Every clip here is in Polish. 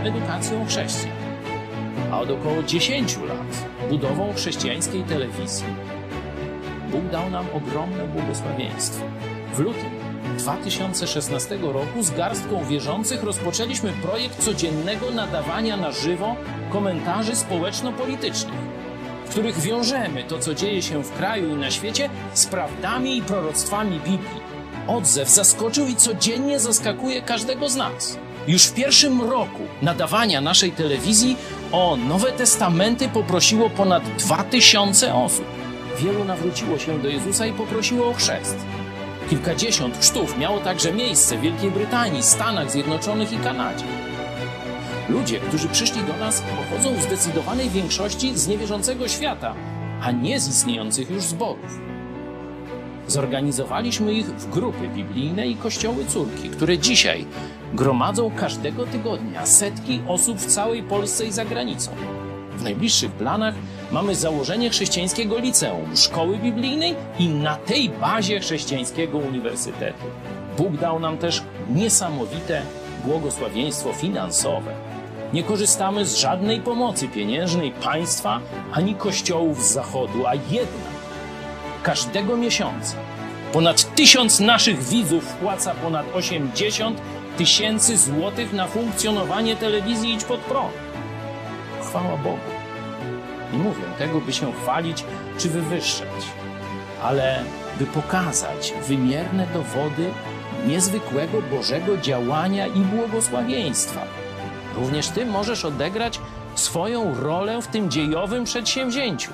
edukacją chrześcijan, a od około 10 lat budową chrześcijańskiej telewizji, Bóg dał nam ogromne błogosławieństwo. W lutym 2016 roku z garstką wierzących rozpoczęliśmy projekt codziennego nadawania na żywo komentarzy społeczno-politycznych, w których wiążemy to, co dzieje się w kraju i na świecie, z prawdami i proroctwami Biblii. Odzew zaskoczył i codziennie zaskakuje każdego z nas. Już w pierwszym roku nadawania naszej telewizji o Nowe Testamenty poprosiło ponad 2000 osób. Wielu nawróciło się do Jezusa i poprosiło o chrzest. Kilkadziesiąt chrztów miało także miejsce w Wielkiej Brytanii, Stanach Zjednoczonych i Kanadzie. Ludzie, którzy przyszli do nas, pochodzą w zdecydowanej większości z niewierzącego świata, a nie z istniejących już zborów. Zorganizowaliśmy ich w grupy biblijne i kościoły córki, które dzisiaj gromadzą każdego tygodnia setki osób w całej Polsce i za granicą. W najbliższych planach mamy założenie chrześcijańskiego liceum, szkoły biblijnej i na tej bazie chrześcijańskiego uniwersytetu. Bóg dał nam też niesamowite błogosławieństwo finansowe. Nie korzystamy z żadnej pomocy pieniężnej państwa ani kościołów z zachodu, a jednak każdego miesiąca ponad 1000 naszych widzów wpłaca ponad 80 000 złotych na funkcjonowanie telewizji Idź Pod Prąd. Chwała Bogu. Nie mówię tego, by się chwalić czy wywyższać, ale by pokazać wymierne dowody niezwykłego Bożego działania i błogosławieństwa. Również Ty możesz odegrać swoją rolę w tym dziejowym przedsięwzięciu.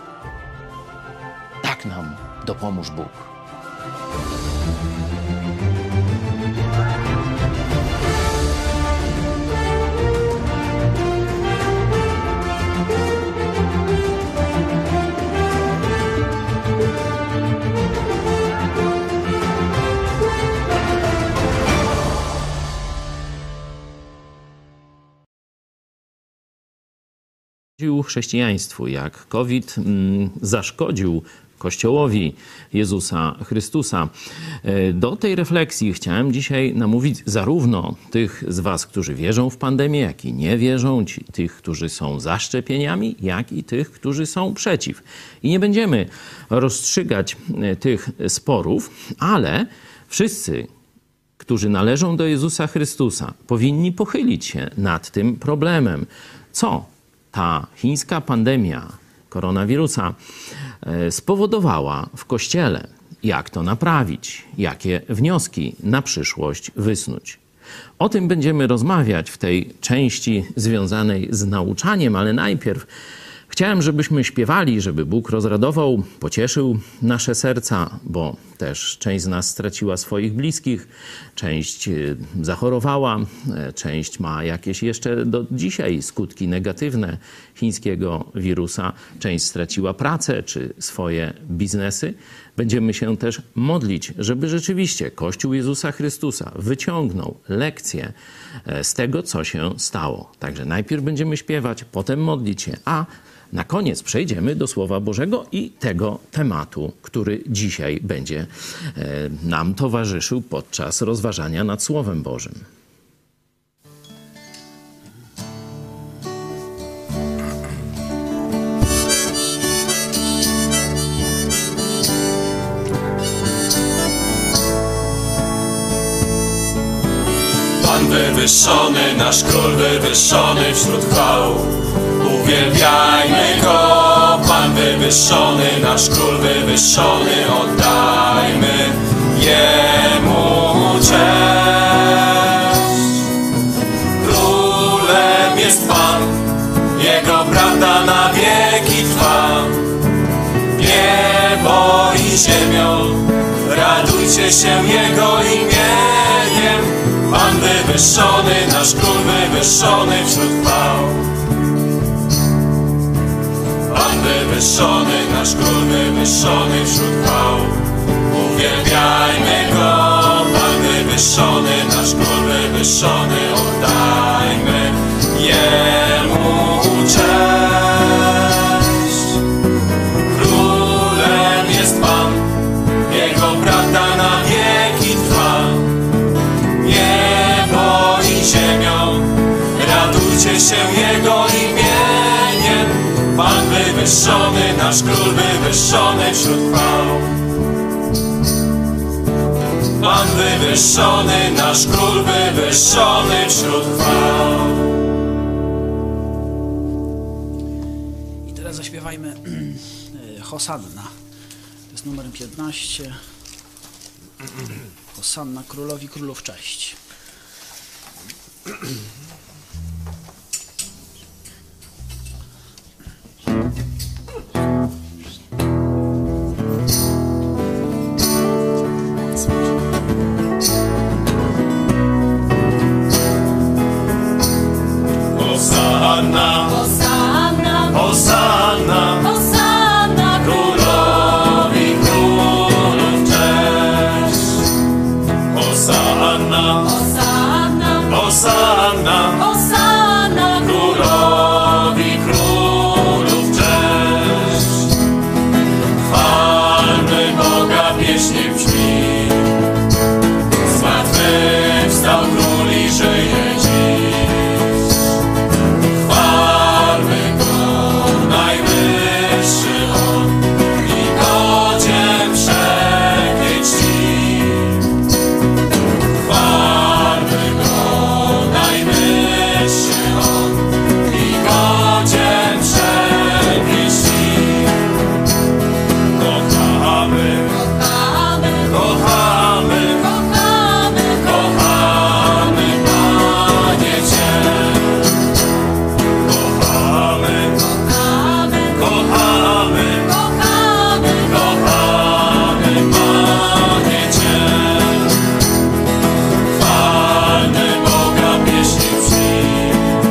Tak nam dopomóż Bóg. Chrześcijaństwu, jak COVID zaszkodził Kościołowi Jezusa Chrystusa. Do tej refleksji chciałem dzisiaj namówić zarówno tych z was, którzy wierzą w pandemię, jak i nie wierzą, tych, którzy są za szczepieniami, jak i tych, którzy są przeciw. I nie będziemy rozstrzygać tych sporów, ale wszyscy, którzy należą do Jezusa Chrystusa, powinni pochylić się nad tym problemem. Co ta chińska pandemia koronawirusa spowodowała w Kościele? Jak to naprawić? Jakie wnioski na przyszłość wysnuć? O tym będziemy rozmawiać w tej części związanej z nauczaniem, ale najpierw chciałem, żebyśmy śpiewali, żeby Bóg rozradował, pocieszył nasze serca, bo też część z nas straciła swoich bliskich, część zachorowała, część ma jakieś jeszcze do dzisiaj skutki negatywne chińskiego wirusa, część straciła pracę czy swoje biznesy. Będziemy się też modlić, żeby rzeczywiście Kościół Jezusa Chrystusa wyciągnął lekcje z tego, co się stało. Także najpierw będziemy śpiewać, potem modlić się, a na koniec przejdziemy do Słowa Bożego i tego tematu, który dzisiaj będzie nam towarzyszył podczas rozważania nad Słowem Bożym. Pan wywyższony, nasz Król wywyższony wśród chwał. Uwielbiajmy Go, Pan wywyższony, nasz Król wywyższony, oddajmy Jemu cześć. Królem jest Pan, Jego prawda na wieki trwa. Niebo i ziemią, radujcie się Jego imieniem. Pan wywyższony, nasz Król wywyższony wśród chwał. Pan wywyższony, nasz Król wywyższony wśród chwał. Uwielbiajmy Go, Pan wywyższony, nasz Król wywyższony, oddajmy Jemu cześć. Królem jest Pan, Jego prawda na wieki trwa. Niebo i ziemią, radujcie radujcie się Jego imieniem. Pan wywyższony, nasz Król wywyższony wśród chwał. Pan wywyższony, nasz Król wywyższony wśród chwał. I teraz zaśpiewajmy Hosanna. To jest numer 15. Hosanna Królowi Królów cześć. Hosanna, Hosanna, Hosanna, Hosanna, Królowi Królów cześć. Hosanna, Hosanna, Hosanna, Hosanna, Królowi Królów cześć. Chwalmy Boga, pieśni brzmi. Zmartwychwstał Król i żyje dziś. Chwalmy Go, najwyższy On i godzien wszelkiej czci. Chwalmy Go, najwyższy On i godzien wszelkiej czci. Kochamy, kochamy, kochamy, kochamy, kochamy Panie Cię. Kochamy, kochamy, kochamy, kochamy, kochamy Panie Cię. Chwalmy Boga, pieśni brzmi.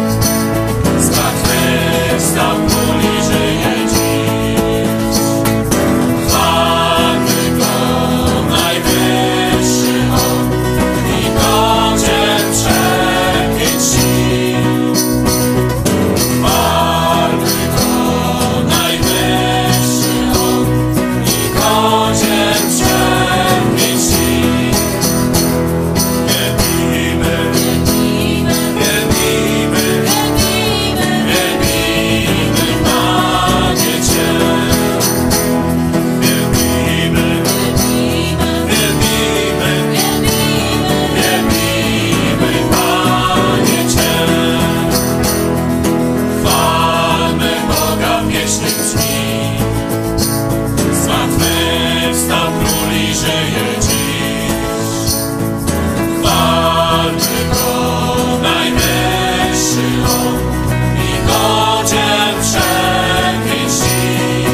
Zmartwychwstał Król i żyje dziś. Chwalmy Go, najwyższy On i godzien wszelkiej czci. Chwalmy Go, najwyższy On i godzien wszelkiej czci. Wielbimy, wielbimy, wielbimy, wielbimy, wielbimy Panie Cię. Wielbimy, wielbimy, wielbimy, wielbimy, wielbimy Panie Cię. Chwalmy Boga, pieśni brzmi. Zmartwychwstał Król i żyje dziś. Chwalmy Go, najwyższy On i godzien wszelkiej czci.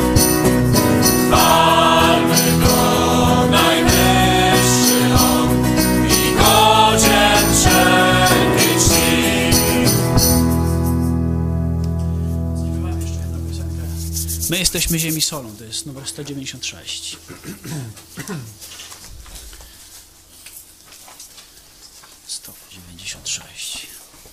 Chwalmy Go, najwyższy On i godzien wszelkiej czci. Zaśpiewajmy jeszcze jedną piosenkę. My jesteśmy ziemi solą. To jest numer 196. Sto 96.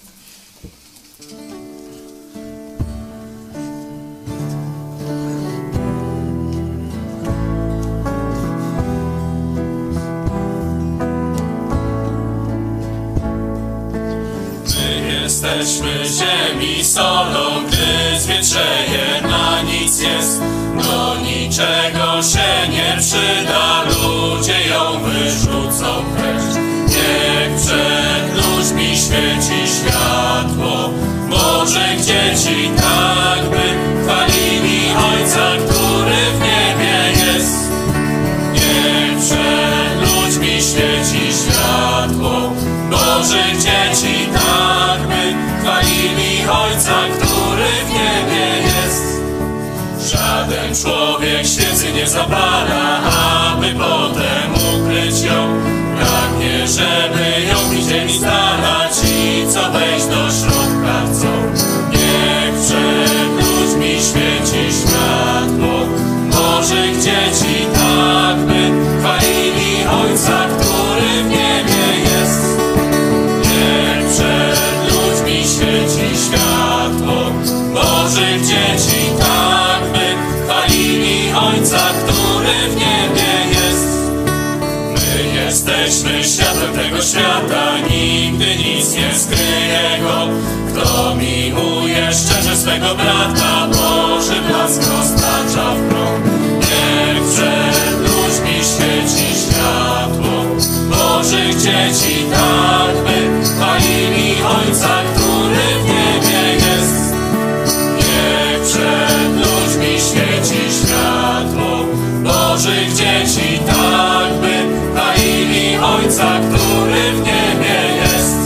My jesteśmy ziemi solą, gdy zwietrzeje na nic jest. Do niczego się nie przyda, ludzie ją wyrzucą precz. Niech przed ludźmi świeci światło Bożych dzieci, tak by chwalili Ojca, który w niebie jest. Niech przed ludźmi świeci światło Bożych dzieci, tak by chwalili Ojca, który w niebie jest. Żaden człowiek świecy nie zapala, aby potem ukryć ją. Pragnie, żeby ją widzieli z dala ci, co wejść do środka chcą. Niech przed ludźmi świeci światło Bożych dzieci, tak by chwalili Ojca, który w niebie jest. Niech przed ludźmi świeci światło Bożych dzieci, tak by chwalili Ojca, który w niebie jest. My jesteśmy światłem tego świata, nigdy nic nie skryje go. Kto Kto miłuje szczerze swego brata, Boży blask roztacza w krąg. Niech przed ludźmi świeci światło Bożych dzieci, tak by chwalili Ojca, który w niebie jest. Niech przed ludźmi świeci światło Bożych dzieci, tak by chwalili Ojca, który w niebie jest.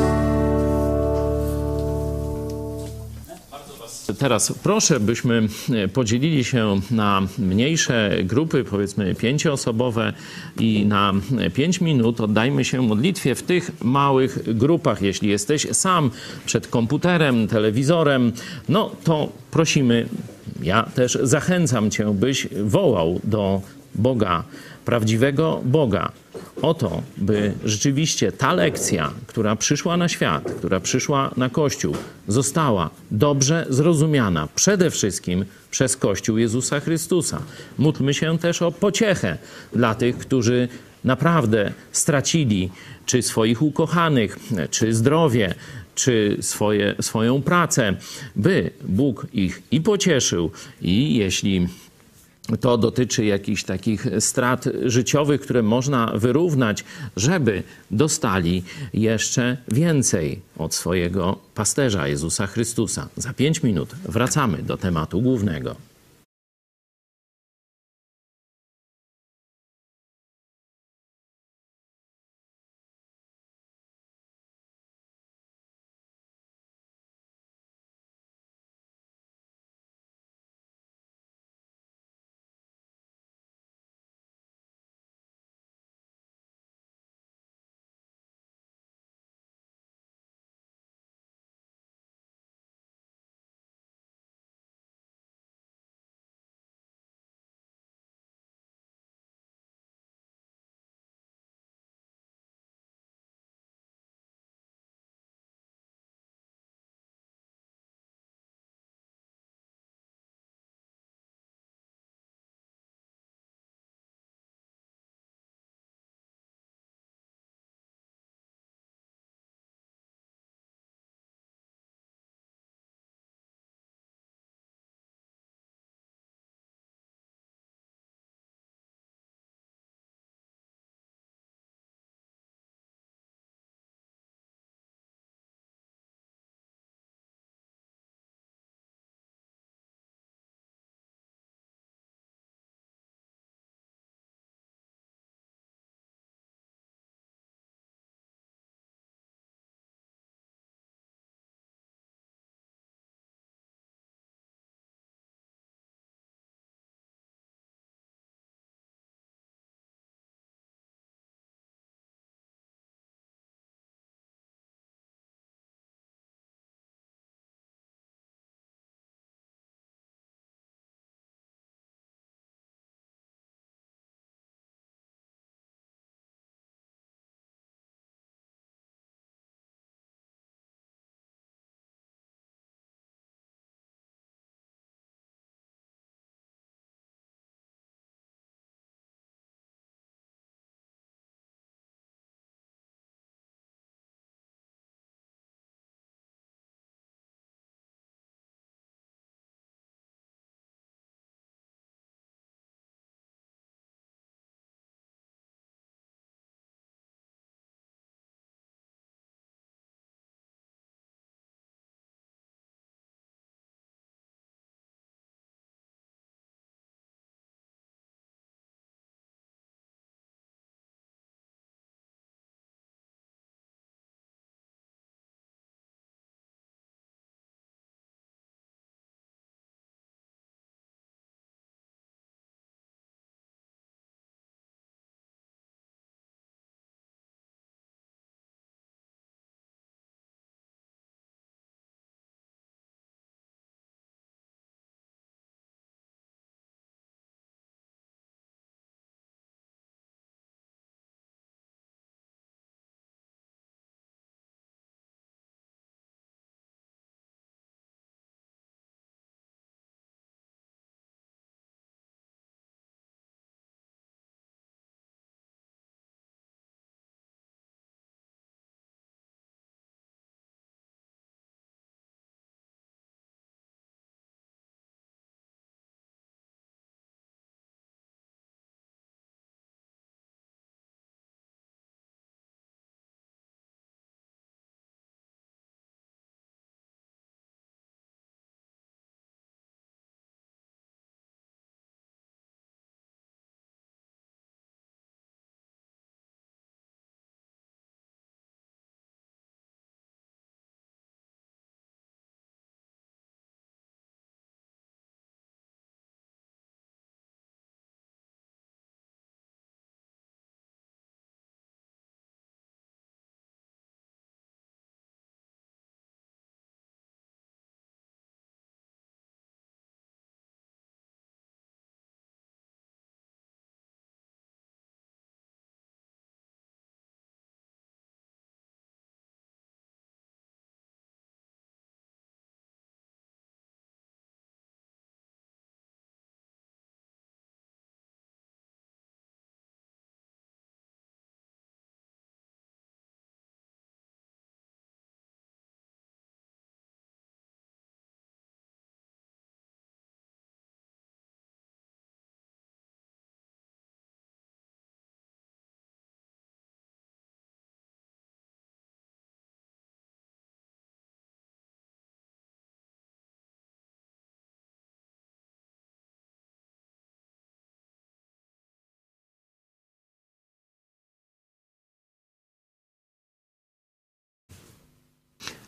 Teraz proszę, byśmy podzielili się na mniejsze grupy, powiedzmy 5-osobowe i na 5 minut oddajmy się modlitwie w tych małych grupach. Jeśli jesteś sam przed komputerem, telewizorem, no to prosimy, ja też zachęcam cię, byś wołał do Boga, prawdziwego Boga, o to, by rzeczywiście ta lekcja, która przyszła na świat, która przyszła na Kościół, została dobrze zrozumiana przede wszystkim przez Kościół Jezusa Chrystusa. Módlmy się też o pociechę dla tych, którzy naprawdę stracili czy swoich ukochanych, czy zdrowie, czy swoją pracę, by Bóg ich i pocieszył, i jeśli to dotyczy jakichś takich strat życiowych, które można wyrównać, żeby dostali jeszcze więcej od swojego pasterza Jezusa Chrystusa. Za 5 minut wracamy do tematu głównego.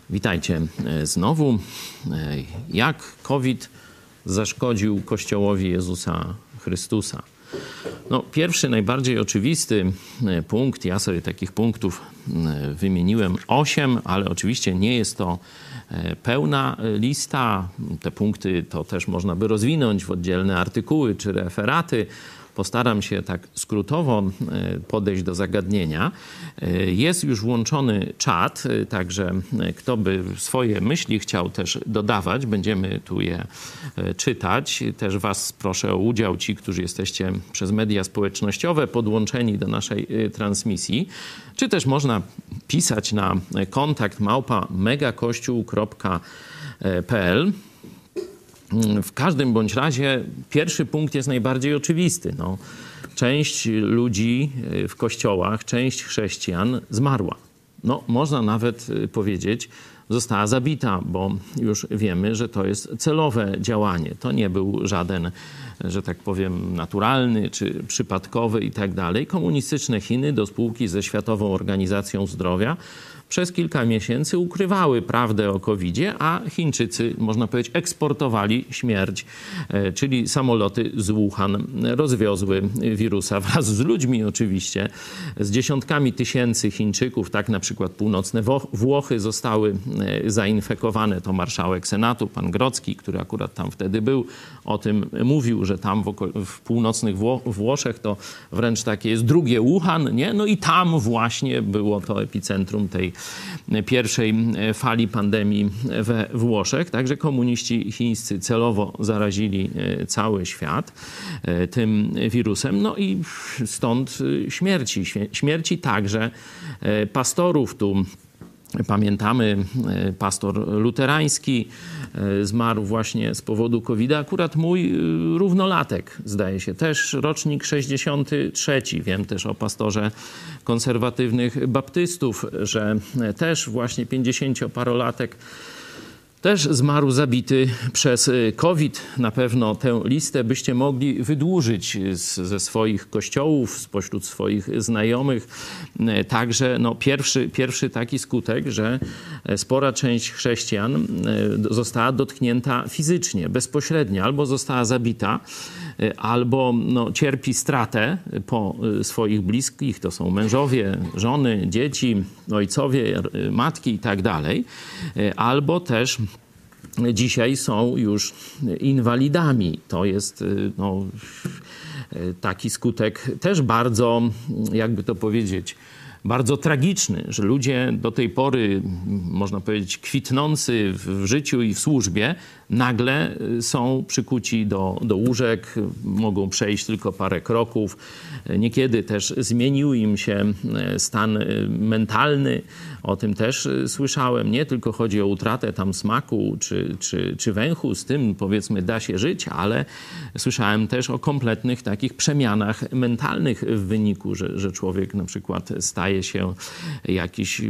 Witajcie znowu. Jak COVID zaszkodził Kościołowi Jezusa Chrystusa? No, pierwszy, najbardziej oczywisty punkt, ja sobie takich punktów wymieniłem 8, ale oczywiście nie jest to pełna lista. Te punkty to też można by rozwinąć w oddzielne artykuły czy referaty. Postaram się tak skrótowo podejść do zagadnienia. Jest już włączony czat, także kto by swoje myśli chciał też dodawać, będziemy tu je czytać. Też was proszę o udział, ci, którzy jesteście przez media społecznościowe podłączeni do naszej transmisji. Czy też można pisać na kontakt megakościół.pl. W każdym bądź razie pierwszy punkt jest najbardziej oczywisty. No, część ludzi w kościołach, część chrześcijan zmarła. No, można nawet powiedzieć, została zabita, bo już wiemy, że to jest celowe działanie. To nie był żaden, że tak powiem, naturalny czy przypadkowy i tak dalej. Komunistyczne Chiny do spółki ze Światową Organizacją Zdrowia przez kilka miesięcy ukrywały prawdę o COVID-zie, a Chińczycy, można powiedzieć, eksportowali śmierć, czyli samoloty z Wuhan rozwiozły wirusa wraz z ludźmi oczywiście, z dziesiątkami tysięcy Chińczyków. Tak na przykład północne Włochy zostały zainfekowane. To marszałek Senatu, pan Grodzki, który akurat tam wtedy był, o tym mówił, że tam w północnych Włoszech to wręcz takie jest drugie Wuhan, nie? No i tam właśnie było to epicentrum tej pierwszej fali pandemii we Włoszech. Także komuniści chińscy celowo zarazili cały świat tym wirusem. No i stąd śmierci także pastorów. Tu pamiętamy, pastor luterański zmarł właśnie z powodu COVID-a. Akurat mój równolatek, zdaje się, też rocznik 63. Wiem też o pastorze konserwatywnych baptystów, że też właśnie 50-parolatek też zmarł zabity przez COVID. Na pewno tę listę byście mogli wydłużyć ze swoich kościołów, spośród swoich znajomych. Także no, pierwszy taki skutek, że spora część chrześcijan została dotknięta fizycznie, bezpośrednio, albo została zabita, albo no, cierpi stratę po swoich bliskich. To są mężowie, żony, dzieci, ojcowie, matki i tak dalej. Albo też dzisiaj są już inwalidami. To jest no, taki skutek też bardzo, jakby to powiedzieć, bardzo tragiczny, że ludzie do tej pory, można powiedzieć, kwitnący w życiu i w służbie, nagle są przykuci do łóżek, mogą przejść tylko parę kroków. Niekiedy też zmienił im się stan mentalny. O tym też słyszałem. Nie tylko chodzi o utratę tam smaku czy węchu, z tym powiedzmy da się żyć, ale słyszałem też o kompletnych takich przemianach mentalnych w wyniku, że człowiek na przykład staje się jakiś,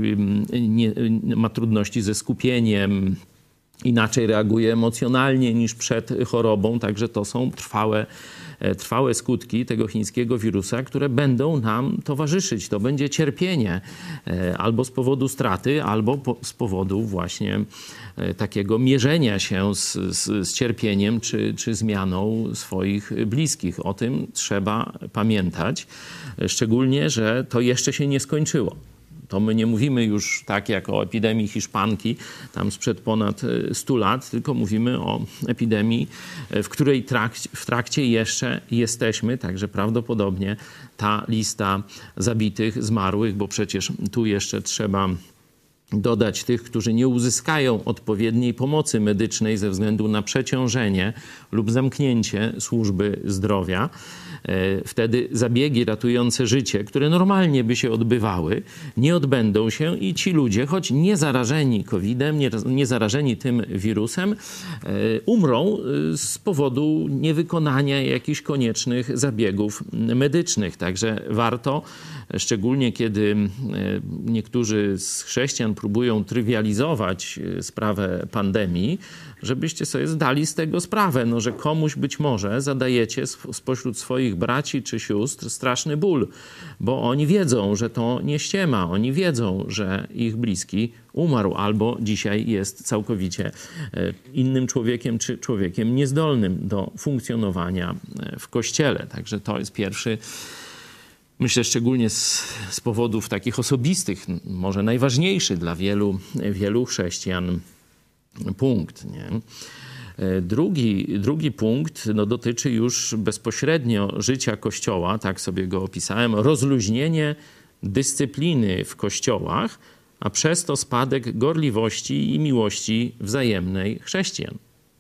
ma trudności ze skupieniem, inaczej reaguje emocjonalnie niż przed chorobą. Także to są trwałe skutki tego chińskiego wirusa, które będą nam towarzyszyć. To będzie cierpienie albo z powodu straty, albo z powodu właśnie takiego mierzenia się z cierpieniem czy zmianą swoich bliskich. O tym trzeba pamiętać, szczególnie, że to jeszcze się nie skończyło. To my nie mówimy już tak jak o epidemii hiszpanki tam sprzed ponad 100 lat, tylko mówimy o epidemii, w której w trakcie jeszcze jesteśmy. Także prawdopodobnie ta lista zabitych, zmarłych, bo przecież tu jeszcze trzeba dodać tych, którzy nie uzyskają odpowiedniej pomocy medycznej ze względu na przeciążenie lub zamknięcie służby zdrowia. Wtedy zabiegi ratujące życie, które normalnie by się odbywały, nie odbędą się i ci ludzie, choć nie zarażeni COVID-em, nie zarażeni tym wirusem, umrą z powodu niewykonania jakichś koniecznych zabiegów medycznych. Także warto, szczególnie kiedy niektórzy z chrześcijan próbują trywializować sprawę pandemii, żebyście sobie zdali z tego sprawę, no, że komuś być może zadajecie spośród swoich swoich braci czy sióstr straszny ból, bo oni wiedzą, że to nie ściema, oni wiedzą, że ich bliski umarł albo dzisiaj jest całkowicie innym człowiekiem czy człowiekiem niezdolnym do funkcjonowania w Kościele. Także to jest pierwszy, myślę szczególnie z powodów takich osobistych, może najważniejszy dla wielu chrześcijan punkt. Nie? Drugi punkt dotyczy już bezpośrednio życia Kościoła, tak sobie go opisałem, rozluźnienie dyscypliny w kościołach, a przez to spadek gorliwości i miłości wzajemnej chrześcijan.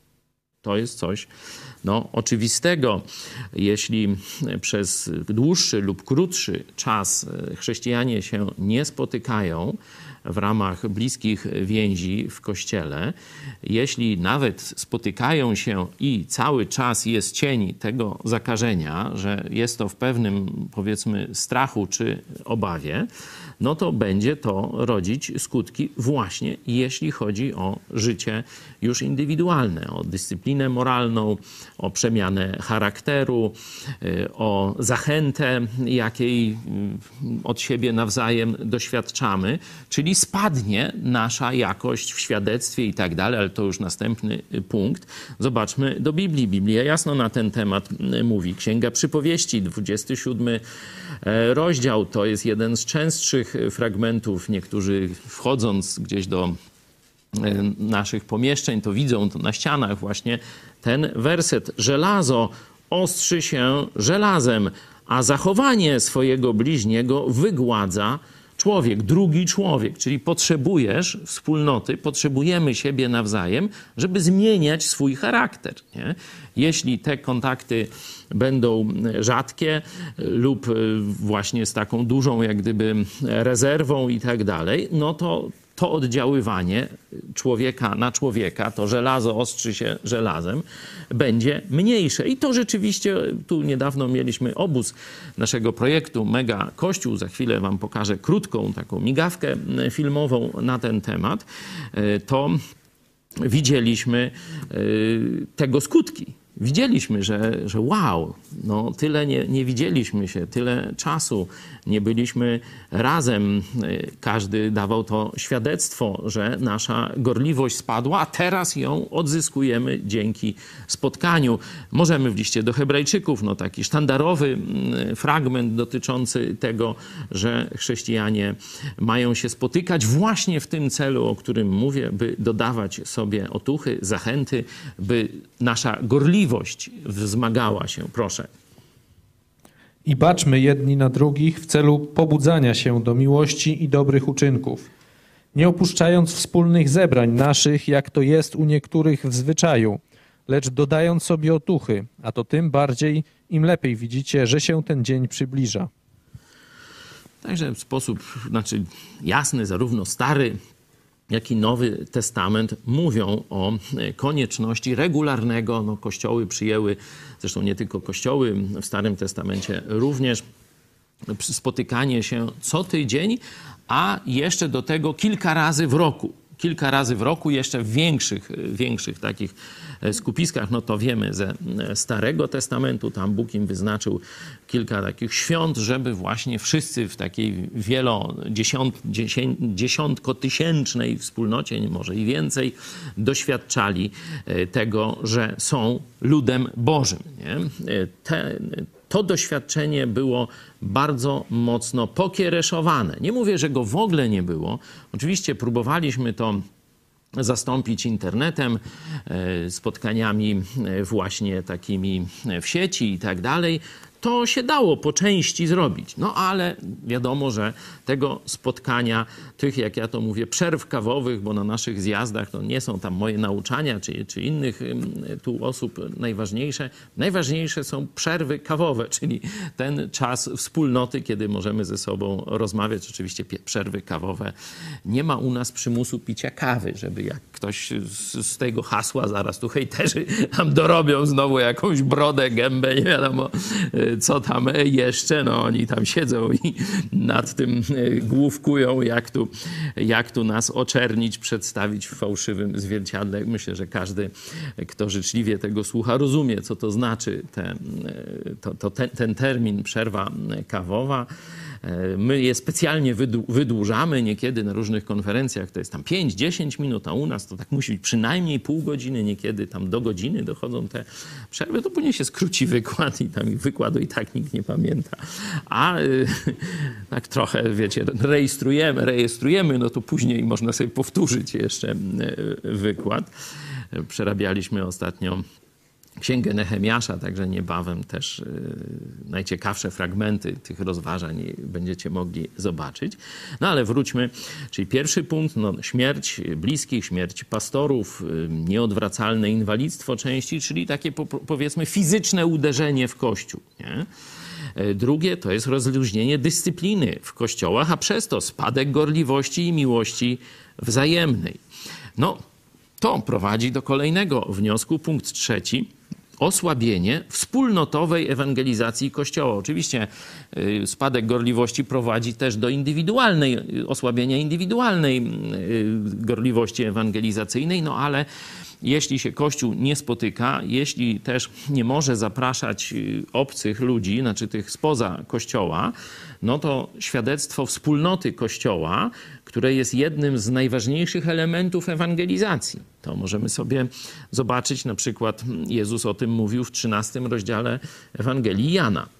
To jest coś oczywistego. Jeśli przez dłuższy lub krótszy czas chrześcijanie się nie spotykają w ramach bliskich więzi w Kościele, jeśli nawet spotykają się i cały czas jest cień tego zakażenia, że jest to w pewnym, powiedzmy, strachu czy obawie, no to będzie to rodzić skutki właśnie jeśli chodzi o życie już indywidualne, o dyscyplinę moralną, o przemianę charakteru, o zachętę, jakiej od siebie nawzajem doświadczamy, czyli spadnie nasza jakość w świadectwie i tak dalej, ale to już następny punkt. Zobaczmy do Biblii. Biblia jasno na ten temat mówi. Księga Przypowieści, 27 rozdział, to jest jeden z częstszych fragmentów. Niektórzy wchodząc gdzieś do naszych pomieszczeń, to widzą to na ścianach właśnie ten werset. Żelazo ostrzy się żelazem, a zachowanie swojego bliźniego wygładza człowiek, drugi człowiek, czyli potrzebujesz wspólnoty, potrzebujemy siebie nawzajem, żeby zmieniać swój charakter. Nie? Jeśli te kontakty będą rzadkie lub właśnie z taką dużą jak gdyby rezerwą i tak dalej, no to oddziaływanie człowieka na człowieka, to żelazo ostrzy się żelazem, będzie mniejsze. I to rzeczywiście, tu niedawno mieliśmy obóz naszego projektu Mega Kościół. Za chwilę wam pokażę krótką taką migawkę filmową na ten temat. To widzieliśmy tego skutki. Widzieliśmy, że wow, tyle nie widzieliśmy się, tyle czasu nie byliśmy razem. Każdy dawał to świadectwo, że nasza gorliwość spadła, a teraz ją odzyskujemy dzięki spotkaniu. Możemy w liście do Hebrajczyków, taki sztandarowy fragment dotyczący tego, że chrześcijanie mają się spotykać właśnie w tym celu, o którym mówię, by dodawać sobie otuchy, zachęty, by nasza gorliwość wzmagała się. Proszę. I baczmy jedni na drugich w celu pobudzania się do miłości i dobrych uczynków, nie opuszczając wspólnych zebrań naszych, jak to jest u niektórych w zwyczaju, lecz dodając sobie otuchy, a to tym bardziej, im lepiej widzicie, że się ten dzień przybliża. Także w sposób jasny, zarówno Stary, jak i Nowy Testament mówią o konieczności regularnego, kościoły przyjęły, zresztą nie tylko kościoły, w Starym Testamencie również, spotykanie się co tydzień, a jeszcze do tego kilka razy w roku. Kilka razy w roku, jeszcze w większych takich skupiskach, to wiemy ze Starego Testamentu, tam Bóg im wyznaczył kilka takich świąt, żeby właśnie wszyscy w takiej dziesiątkotysięcznej wspólnocie, może i więcej, doświadczali tego, że są ludem Bożym. Nie? To doświadczenie było bardzo mocno pokiereszowane. Nie mówię, że go w ogóle nie było. Oczywiście próbowaliśmy to zastąpić internetem, spotkaniami właśnie takimi w sieci i tak dalej. To się dało po części zrobić. Ale wiadomo, że tego spotkania, tych, jak ja to mówię, przerw kawowych, bo na naszych zjazdach nie są tam moje nauczania czy innych tu osób najważniejsze. Najważniejsze są przerwy kawowe, czyli ten czas wspólnoty, kiedy możemy ze sobą rozmawiać. Oczywiście przerwy kawowe. Nie ma u nas przymusu picia kawy, żeby jak ktoś z tego hasła, zaraz tu hejterzy nam dorobią znowu jakąś brodę, gębę, nie wiadomo co tam jeszcze. No oni tam siedzą i nad tym główkują, jak tu nas oczernić, przedstawić w fałszywym zwierciadle. Myślę, że każdy, kto życzliwie tego słucha, rozumie, co to znaczy ten termin przerwa kawowa. My je specjalnie wydłużamy niekiedy na różnych konferencjach, to jest tam 5-10 minut, a u nas to tak musi być przynajmniej pół godziny, niekiedy tam do godziny dochodzą te przerwy, to później się skróci wykład i tam wykładu i tak nikt nie pamięta. A tak trochę, wiecie, rejestrujemy, no to później można sobie powtórzyć jeszcze wykład. Przerabialiśmy ostatnio Księgę Nehemiasza, także niebawem też najciekawsze fragmenty tych rozważań będziecie mogli zobaczyć. No ale wróćmy, czyli pierwszy punkt, no, śmierć bliskich, śmierć pastorów, nieodwracalne inwalidztwo części, czyli takie powiedzmy fizyczne uderzenie w Kościół, nie? Drugie to jest rozluźnienie dyscypliny w kościołach, a przez to spadek gorliwości i miłości wzajemnej. No, to prowadzi do kolejnego wniosku, punkt trzeci. Osłabienie wspólnotowej ewangelizacji Kościoła. Oczywiście spadek gorliwości prowadzi też do osłabienia indywidualnej gorliwości ewangelizacyjnej, no ale jeśli się Kościół nie spotyka, jeśli też nie może zapraszać obcych ludzi, znaczy tych spoza Kościoła, no to świadectwo wspólnoty Kościoła, które jest jednym z najważniejszych elementów ewangelizacji. To możemy sobie zobaczyć, na przykład Jezus o tym mówił w 13 rozdziale Ewangelii Jana.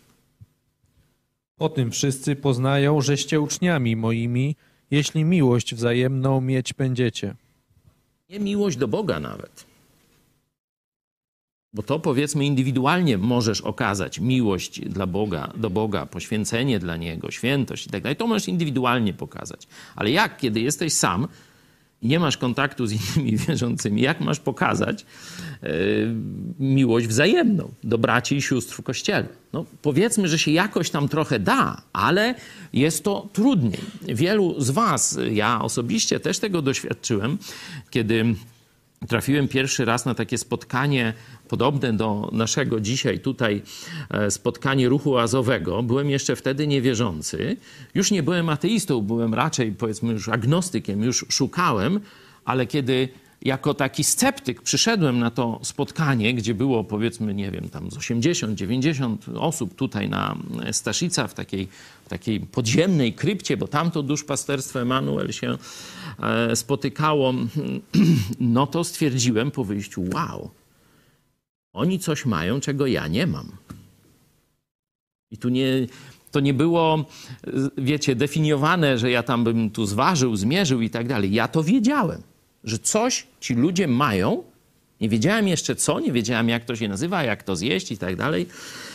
Po tym wszyscy poznają, żeście uczniami moimi, jeśli miłość wzajemną mieć będziecie. Nie miłość do Boga nawet. Bo to powiedzmy indywidualnie możesz okazać miłość dla Boga, do Boga, poświęcenie dla Niego, świętość i tak dalej. To możesz indywidualnie pokazać. Ale jak, kiedy jesteś sam i nie masz kontaktu z innymi wierzącymi, jak masz pokazać miłość wzajemną do braci i sióstr w Kościele? No, powiedzmy, że się jakoś tam trochę da, ale jest to trudniej. Wielu z was, ja osobiście też tego doświadczyłem, kiedy trafiłem pierwszy raz na takie spotkanie podobne do naszego dzisiaj tutaj spotkanie Ruchu Oazowego. Byłem jeszcze wtedy niewierzący. Już nie byłem ateistą, byłem raczej powiedzmy już agnostykiem, już szukałem, ale kiedy jako taki sceptyk przyszedłem na to spotkanie, gdzie było powiedzmy, nie wiem, tam z 80-90 osób tutaj na Staszica w takiej podziemnej krypcie, bo tamto duszpasterstwo Emanuel się spotykało, no to stwierdziłem po wyjściu, wow, oni coś mają, czego ja nie mam. I to nie było, wiecie, definiowane, że ja tam bym tu zważył, zmierzył i tak dalej. Ja to wiedziałem, że coś ci ludzie mają. Nie wiedziałem jeszcze co, nie wiedziałem jak to się nazywa, jak to zjeść i tak dalej.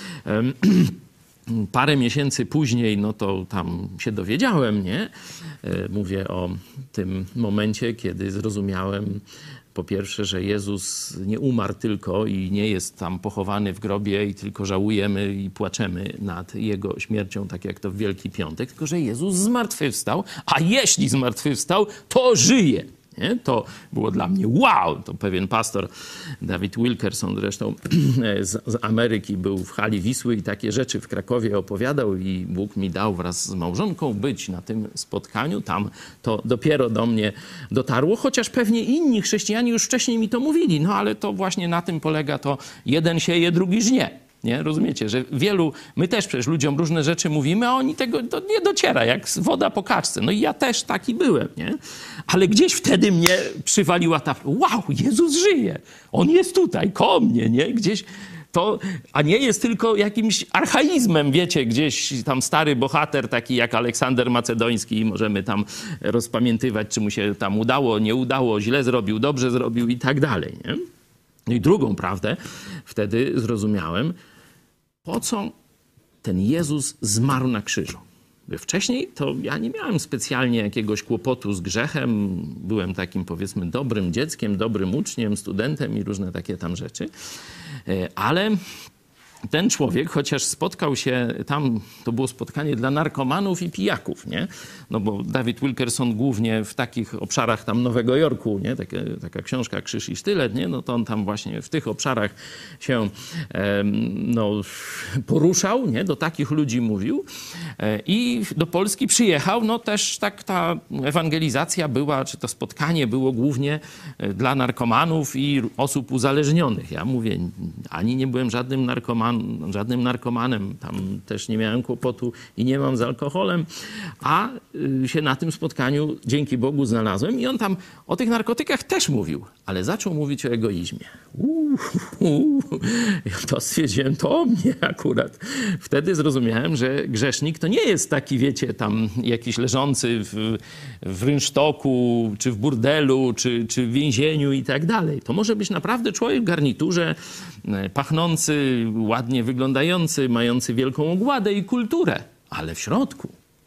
Parę miesięcy później, no to tam się dowiedziałem, nie? Mówię o tym momencie, kiedy zrozumiałem po pierwsze, że Jezus nie umarł tylko i nie jest tam pochowany w grobie i tylko żałujemy i płaczemy nad Jego śmiercią, tak jak to w Wielki Piątek, tylko że Jezus zmartwychwstał, a jeśli zmartwychwstał, to żyje. Nie? To było dla mnie wow! To pewien pastor, David Wilkerson zresztą z Ameryki, był w hali Wisły i takie rzeczy w Krakowie opowiadał i Bóg mi dał wraz z małżonką być na tym spotkaniu. Tam to dopiero do mnie dotarło, chociaż pewnie inni chrześcijanie już wcześniej mi to mówili, no ale to właśnie na tym polega to jeden sieje, drugi żnie. Nie? Rozumiecie, że my też przecież ludziom różne rzeczy mówimy, a oni tego nie dociera, jak woda po kaczce. No i ja też taki byłem, nie? Ale gdzieś wtedy mnie przywaliła ta, wow, Jezus żyje, On jest tutaj, koło mnie, nie? Gdzieś to, a nie jest tylko jakimś archaizmem, wiecie, gdzieś tam stary bohater, taki jak Aleksander Macedoński i możemy tam rozpamiętywać, czy mu się tam udało, nie udało, źle zrobił, dobrze zrobił i tak dalej, nie? No i drugą prawdę wtedy zrozumiałem, po co ten Jezus zmarł na krzyżu. Wcześniej to ja nie miałem specjalnie jakiegoś kłopotu z grzechem. Byłem takim, powiedzmy, dobrym dzieckiem, dobrym uczniem, studentem i różne takie tam rzeczy. Ale ten człowiek, chociaż spotkał się tam, to było spotkanie dla narkomanów i pijaków, nie? No bo David Wilkerson głównie w takich obszarach tam Nowego Jorku, nie? Taka książka Krzyż i Sztylet, nie? No to on tam właśnie w tych obszarach się poruszał, nie? Do takich ludzi mówił i do Polski przyjechał, no też tak ta ewangelizacja była, czy to spotkanie było głównie dla narkomanów i osób uzależnionych. Ja mówię, ani nie byłem żadnym narkomanem, tam też nie miałem kłopotu i nie mam z alkoholem, a się na tym spotkaniu dzięki Bogu znalazłem i on tam o tych narkotykach też mówił, ale zaczął mówić o egoizmie. Ja to stwierdziłem, to o mnie akurat. Wtedy zrozumiałem, że grzesznik to nie jest taki, wiecie, tam jakiś leżący w rynsztoku, czy w burdelu, czy w więzieniu i tak dalej. To może być naprawdę człowiek w garniturze, pachnący, ładnie wyglądający, mający wielką ogładę i kulturę, ale w środku,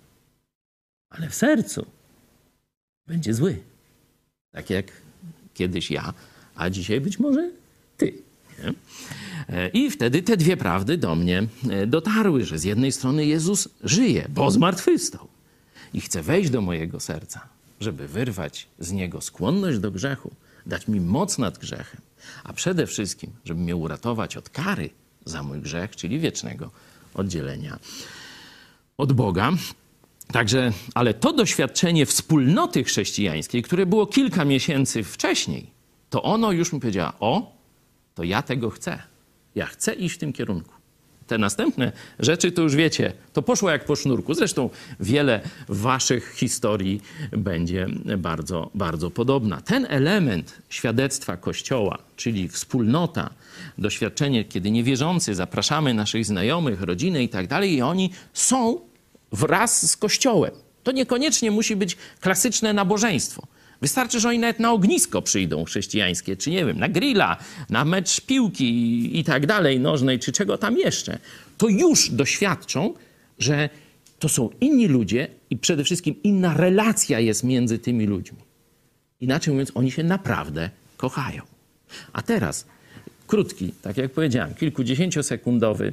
ale w sercu będzie zły. Tak jak kiedyś ja, a dzisiaj być może ty. Nie? I wtedy te dwie prawdy do mnie dotarły, że z jednej strony Jezus żyje, bo zmartwychwstał i chce wejść do mojego serca, żeby wyrwać z niego skłonność do grzechu, dać mi moc nad grzechem, a przede wszystkim, żeby mnie uratować od kary za mój grzech, czyli wiecznego oddzielenia od Boga. Także, ale to doświadczenie wspólnoty chrześcijańskiej, które było kilka miesięcy wcześniej, to ono już mi powiedziało, to ja tego chcę. Ja chcę iść w tym kierunku. Te następne rzeczy to już wiecie, to poszło jak po sznurku. Zresztą wiele waszych historii będzie bardzo, bardzo podobna. Ten element świadectwa Kościoła, czyli wspólnota, doświadczenie, kiedy niewierzący zapraszamy naszych znajomych, rodzinę i tak dalej i oni są wraz z Kościołem. To niekoniecznie musi być klasyczne nabożeństwo. Wystarczy, że oni nawet na ognisko przyjdą chrześcijańskie, czy nie wiem, na grilla, na mecz piłki i tak dalej, nożnej, czy czego tam jeszcze. To już doświadczą, że to są inni ludzie i przede wszystkim inna relacja jest między tymi ludźmi. Inaczej mówiąc, oni się naprawdę kochają. A teraz krótki, tak jak powiedziałem, kilkudziesięciosekundowy,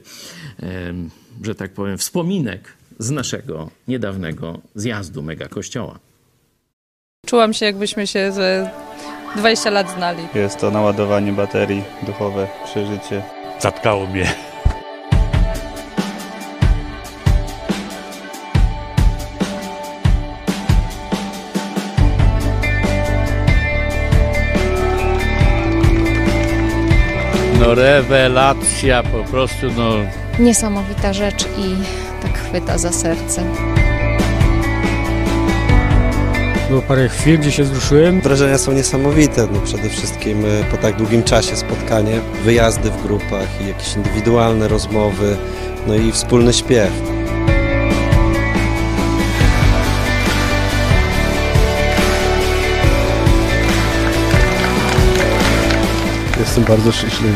że tak powiem, wspominek z naszego niedawnego zjazdu Megakościoła. Czułam się, jakbyśmy się ze 20 lat znali. Jest to naładowanie baterii, duchowe przeżycie. Zatkało mnie. No rewelacja, po prostu no... Niesamowita rzecz i tak chwyta za serce. Było parę chwil, gdzie się wzruszyłem. Wrażenia są niesamowite. No przede wszystkim po tak długim czasie spotkanie, wyjazdy w grupach i jakieś indywidualne rozmowy, no i wspólny śpiew. Jestem bardzo szczęśliwy.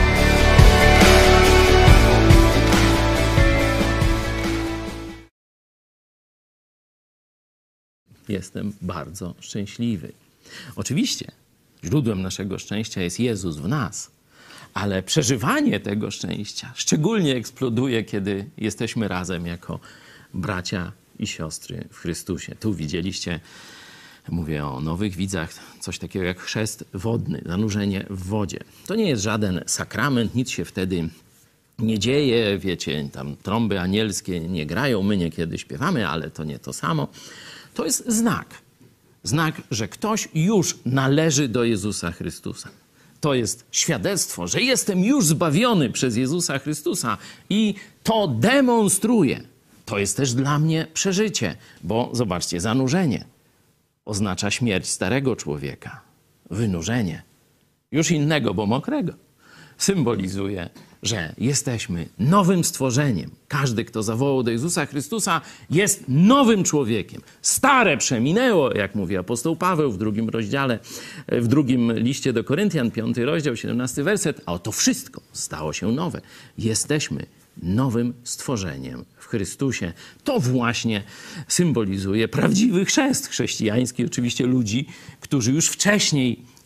Jestem bardzo szczęśliwy. Oczywiście źródłem naszego szczęścia jest Jezus w nas, ale przeżywanie tego szczęścia szczególnie eksploduje, kiedy jesteśmy razem jako bracia i siostry w Chrystusie. Tu widzieliście, mówię o nowych widzach, coś takiego jak chrzest wodny, zanurzenie w wodzie. To nie jest żaden sakrament, nic się wtedy nie dzieje, wiecie, tam trąby anielskie nie grają, my niekiedy śpiewamy, ale to nie to samo. To jest znak. Znak, że ktoś już należy do Jezusa Chrystusa. To jest świadectwo, że jestem już zbawiony przez Jezusa Chrystusa i to demonstruje. To jest też dla mnie przeżycie, bo zobaczcie, zanurzenie oznacza śmierć starego człowieka. Wynurzenie już innego, bo mokrego, symbolizuje, że jesteśmy nowym stworzeniem. Każdy, kto zawołał do Jezusa Chrystusa, jest nowym człowiekiem. Stare przeminęło, jak mówi apostoł Paweł w drugim rozdziale, w drugim liście do Koryntian, 5 rozdział, 17 werset, a oto wszystko stało się nowe. Jesteśmy nowym stworzeniem w Chrystusie. To właśnie symbolizuje prawdziwy chrzest chrześcijański, oczywiście ludzi, którzy już wcześniej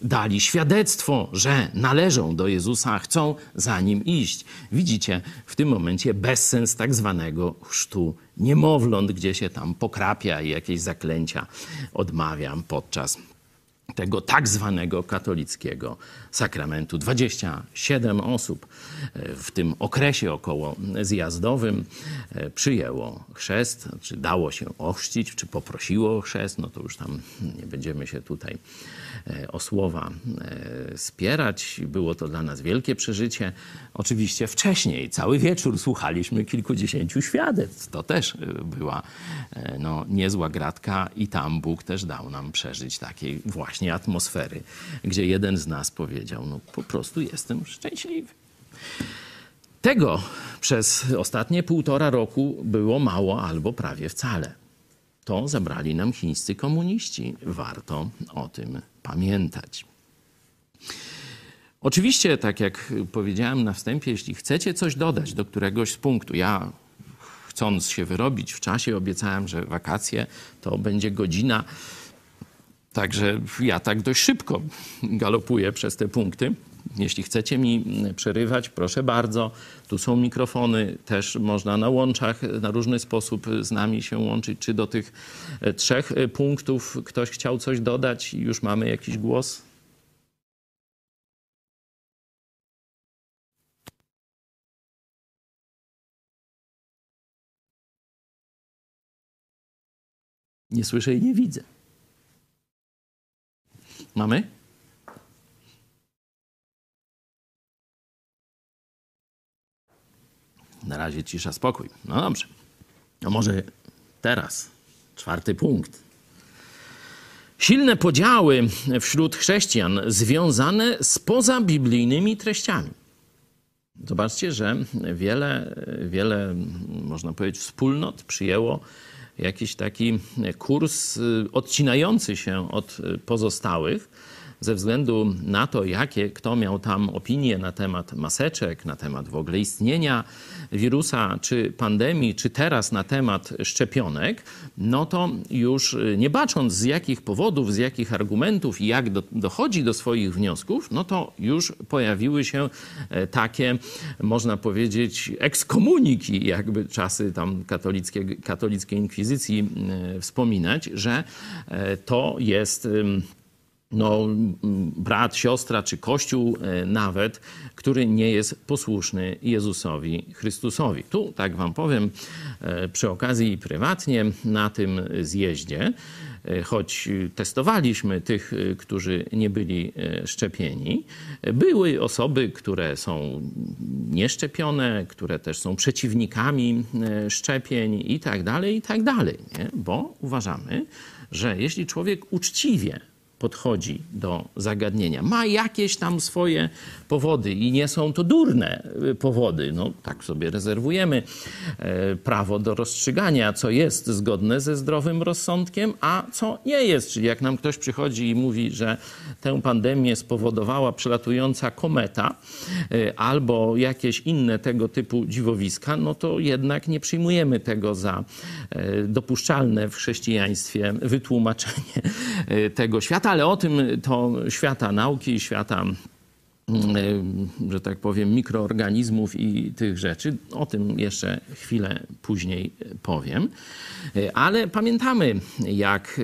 dali świadectwo, że należą do Jezusa, chcą za Nim iść. Widzicie w tym momencie bezsens tak zwanego chrztu niemowląt, gdzie się tam pokrapia i jakieś zaklęcia odmawia podczas tego tak zwanego katolickiego sakramentu. 27 osób w tym okresie około zjazdowym przyjęło chrzest, czy dało się ochrzcić, czy poprosiło o chrzest. No to już tam nie będziemy się tutaj o słowa spierać. Było to dla nas wielkie przeżycie. Oczywiście wcześniej, cały wieczór słuchaliśmy kilkudziesięciu świadectw. To też była niezła gratka i tam Bóg też dał nam przeżyć takiej właśnie atmosfery, gdzie jeden z nas powiedział, no po prostu jestem szczęśliwy. Tego przez ostatnie 1,5 roku było mało albo prawie wcale. To zabrali nam chińscy komuniści. Warto o tym pamiętać. Oczywiście, tak jak powiedziałem na wstępie, jeśli chcecie coś dodać do któregoś z punktów, ja chcąc się wyrobić w czasie obiecałem, że wakacje to będzie godzina. Także ja tak dość szybko galopuję przez te punkty. Jeśli chcecie mi przerywać, proszę bardzo. Tu są mikrofony, też można na łączach na różny sposób z nami się łączyć. Czy do tych 3 punktów ktoś chciał coś dodać i już mamy jakiś głos? Nie słyszę i nie widzę. Mamy? Na razie cisza, spokój. No dobrze. No może teraz 4 punkt. Silne podziały wśród chrześcijan związane z pozabiblijnymi treściami. Zobaczcie, że wiele, można powiedzieć, wspólnot przyjęło jakiś taki kurs odcinający się od pozostałych ze względu na to, jakie kto miał tam opinie na temat maseczek, na temat w ogóle istnienia wirusa, czy pandemii, czy teraz na temat szczepionek, no to już nie bacząc z jakich powodów, z jakich argumentów i jak dochodzi do swoich wniosków, no to już pojawiły się takie, można powiedzieć, ekskomuniki, jakby czasy tam katolickiej inkwizycji wspominać, że to jest brat, siostra czy Kościół nawet, który nie jest posłuszny Jezusowi Chrystusowi. Tu, tak wam powiem, przy okazji prywatnie na tym zjeździe, choć testowaliśmy tych, którzy nie byli szczepieni, były osoby, które są nieszczepione, które też są przeciwnikami szczepień i tak dalej, nie? Bo uważamy, że jeśli człowiek uczciwie podchodzi do zagadnienia, ma jakieś tam swoje powody i nie są to durne powody, no tak sobie rezerwujemy prawo do rozstrzygania, co jest zgodne ze zdrowym rozsądkiem, a co nie jest. Czyli jak nam ktoś przychodzi i mówi, że tę pandemię spowodowała przelatująca kometa albo jakieś inne tego typu dziwowiska, no to jednak nie przyjmujemy tego za dopuszczalne w chrześcijaństwie wytłumaczenie tego świata, ale o tym to świata nauki, świata, że tak powiem, mikroorganizmów i tych rzeczy. O tym jeszcze chwilę później powiem. Ale pamiętamy, jak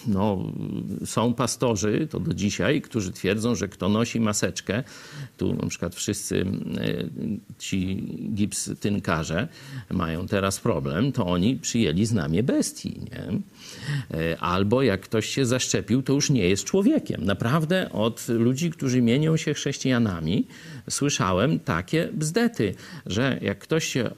są pastorzy, to do dzisiaj, którzy twierdzą, że kto nosi maseczkę, tu na przykład wszyscy ci gipstynkarze mają teraz problem, to oni przyjęli znamię bestii, nie? Albo jak ktoś się zaszczepił, to już nie jest człowiekiem. Naprawdę od ludzi, którzy mienią się chrześcijanami, słyszałem takie bzdety, że jak ktoś się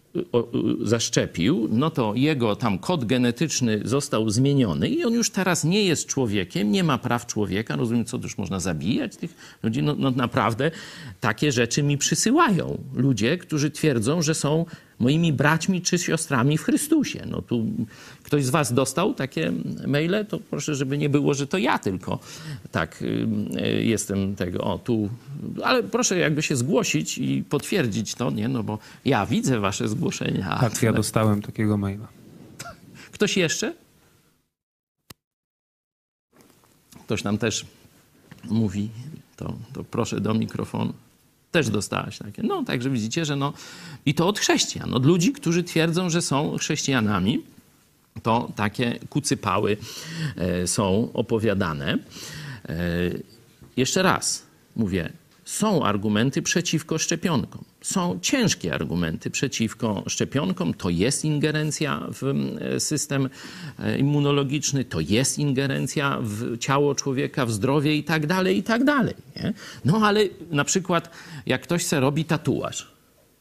zaszczepił, no to jego tam kod genetyczny został zmieniony i on już teraz nie jest człowiekiem, nie ma praw człowieka. Rozumiem, co, to już można zabijać tych ludzi? No naprawdę takie rzeczy mi przysyłają ludzie, którzy twierdzą, że są moimi braćmi czy siostrami w Chrystusie. No tu ktoś z was dostał takie maile? To proszę, żeby nie było, że to ja tylko tak jestem tego, ale proszę jakby się zgłosić i potwierdzić to, nie? No bo ja widzę wasze zgłoszenia. Tak, ja dostałem takiego maila. Ktoś jeszcze? Ktoś nam też mówi, to proszę do mikrofonu. Też dostałaś takie. No, także widzicie, że i to od chrześcijan, od ludzi, którzy twierdzą, że są chrześcijanami. To takie kucypały są opowiadane. Jeszcze raz mówię, są argumenty przeciwko szczepionkom. Są ciężkie argumenty przeciwko szczepionkom. To jest ingerencja w system immunologiczny, to jest ingerencja w ciało człowieka, w zdrowie i tak dalej, nie? No ale na przykład jak ktoś se robi tatuaż,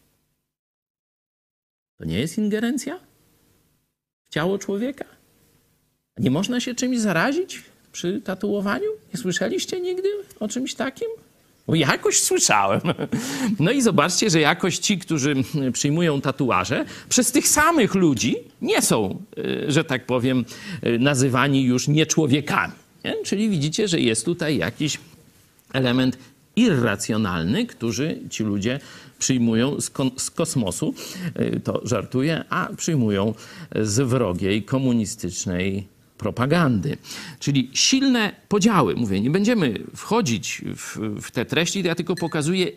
to nie jest ingerencja w ciało człowieka? Nie można się czymś zarazić przy tatuowaniu? Nie słyszeliście nigdy o czymś takim? Bo ja jakoś słyszałem. No i zobaczcie, że jakoś ci, którzy przyjmują tatuaże, przez tych samych ludzi nie są, że tak powiem, nazywani już nieczłowiekami. Nie? Czyli widzicie, że jest tutaj jakiś element irracjonalny, który ci ludzie przyjmują z kosmosu, to żartuję, a przyjmują z wrogiej komunistycznej propagandy. Czyli silne podziały. Mówię, nie będziemy wchodzić w te treści, ja tylko pokazuję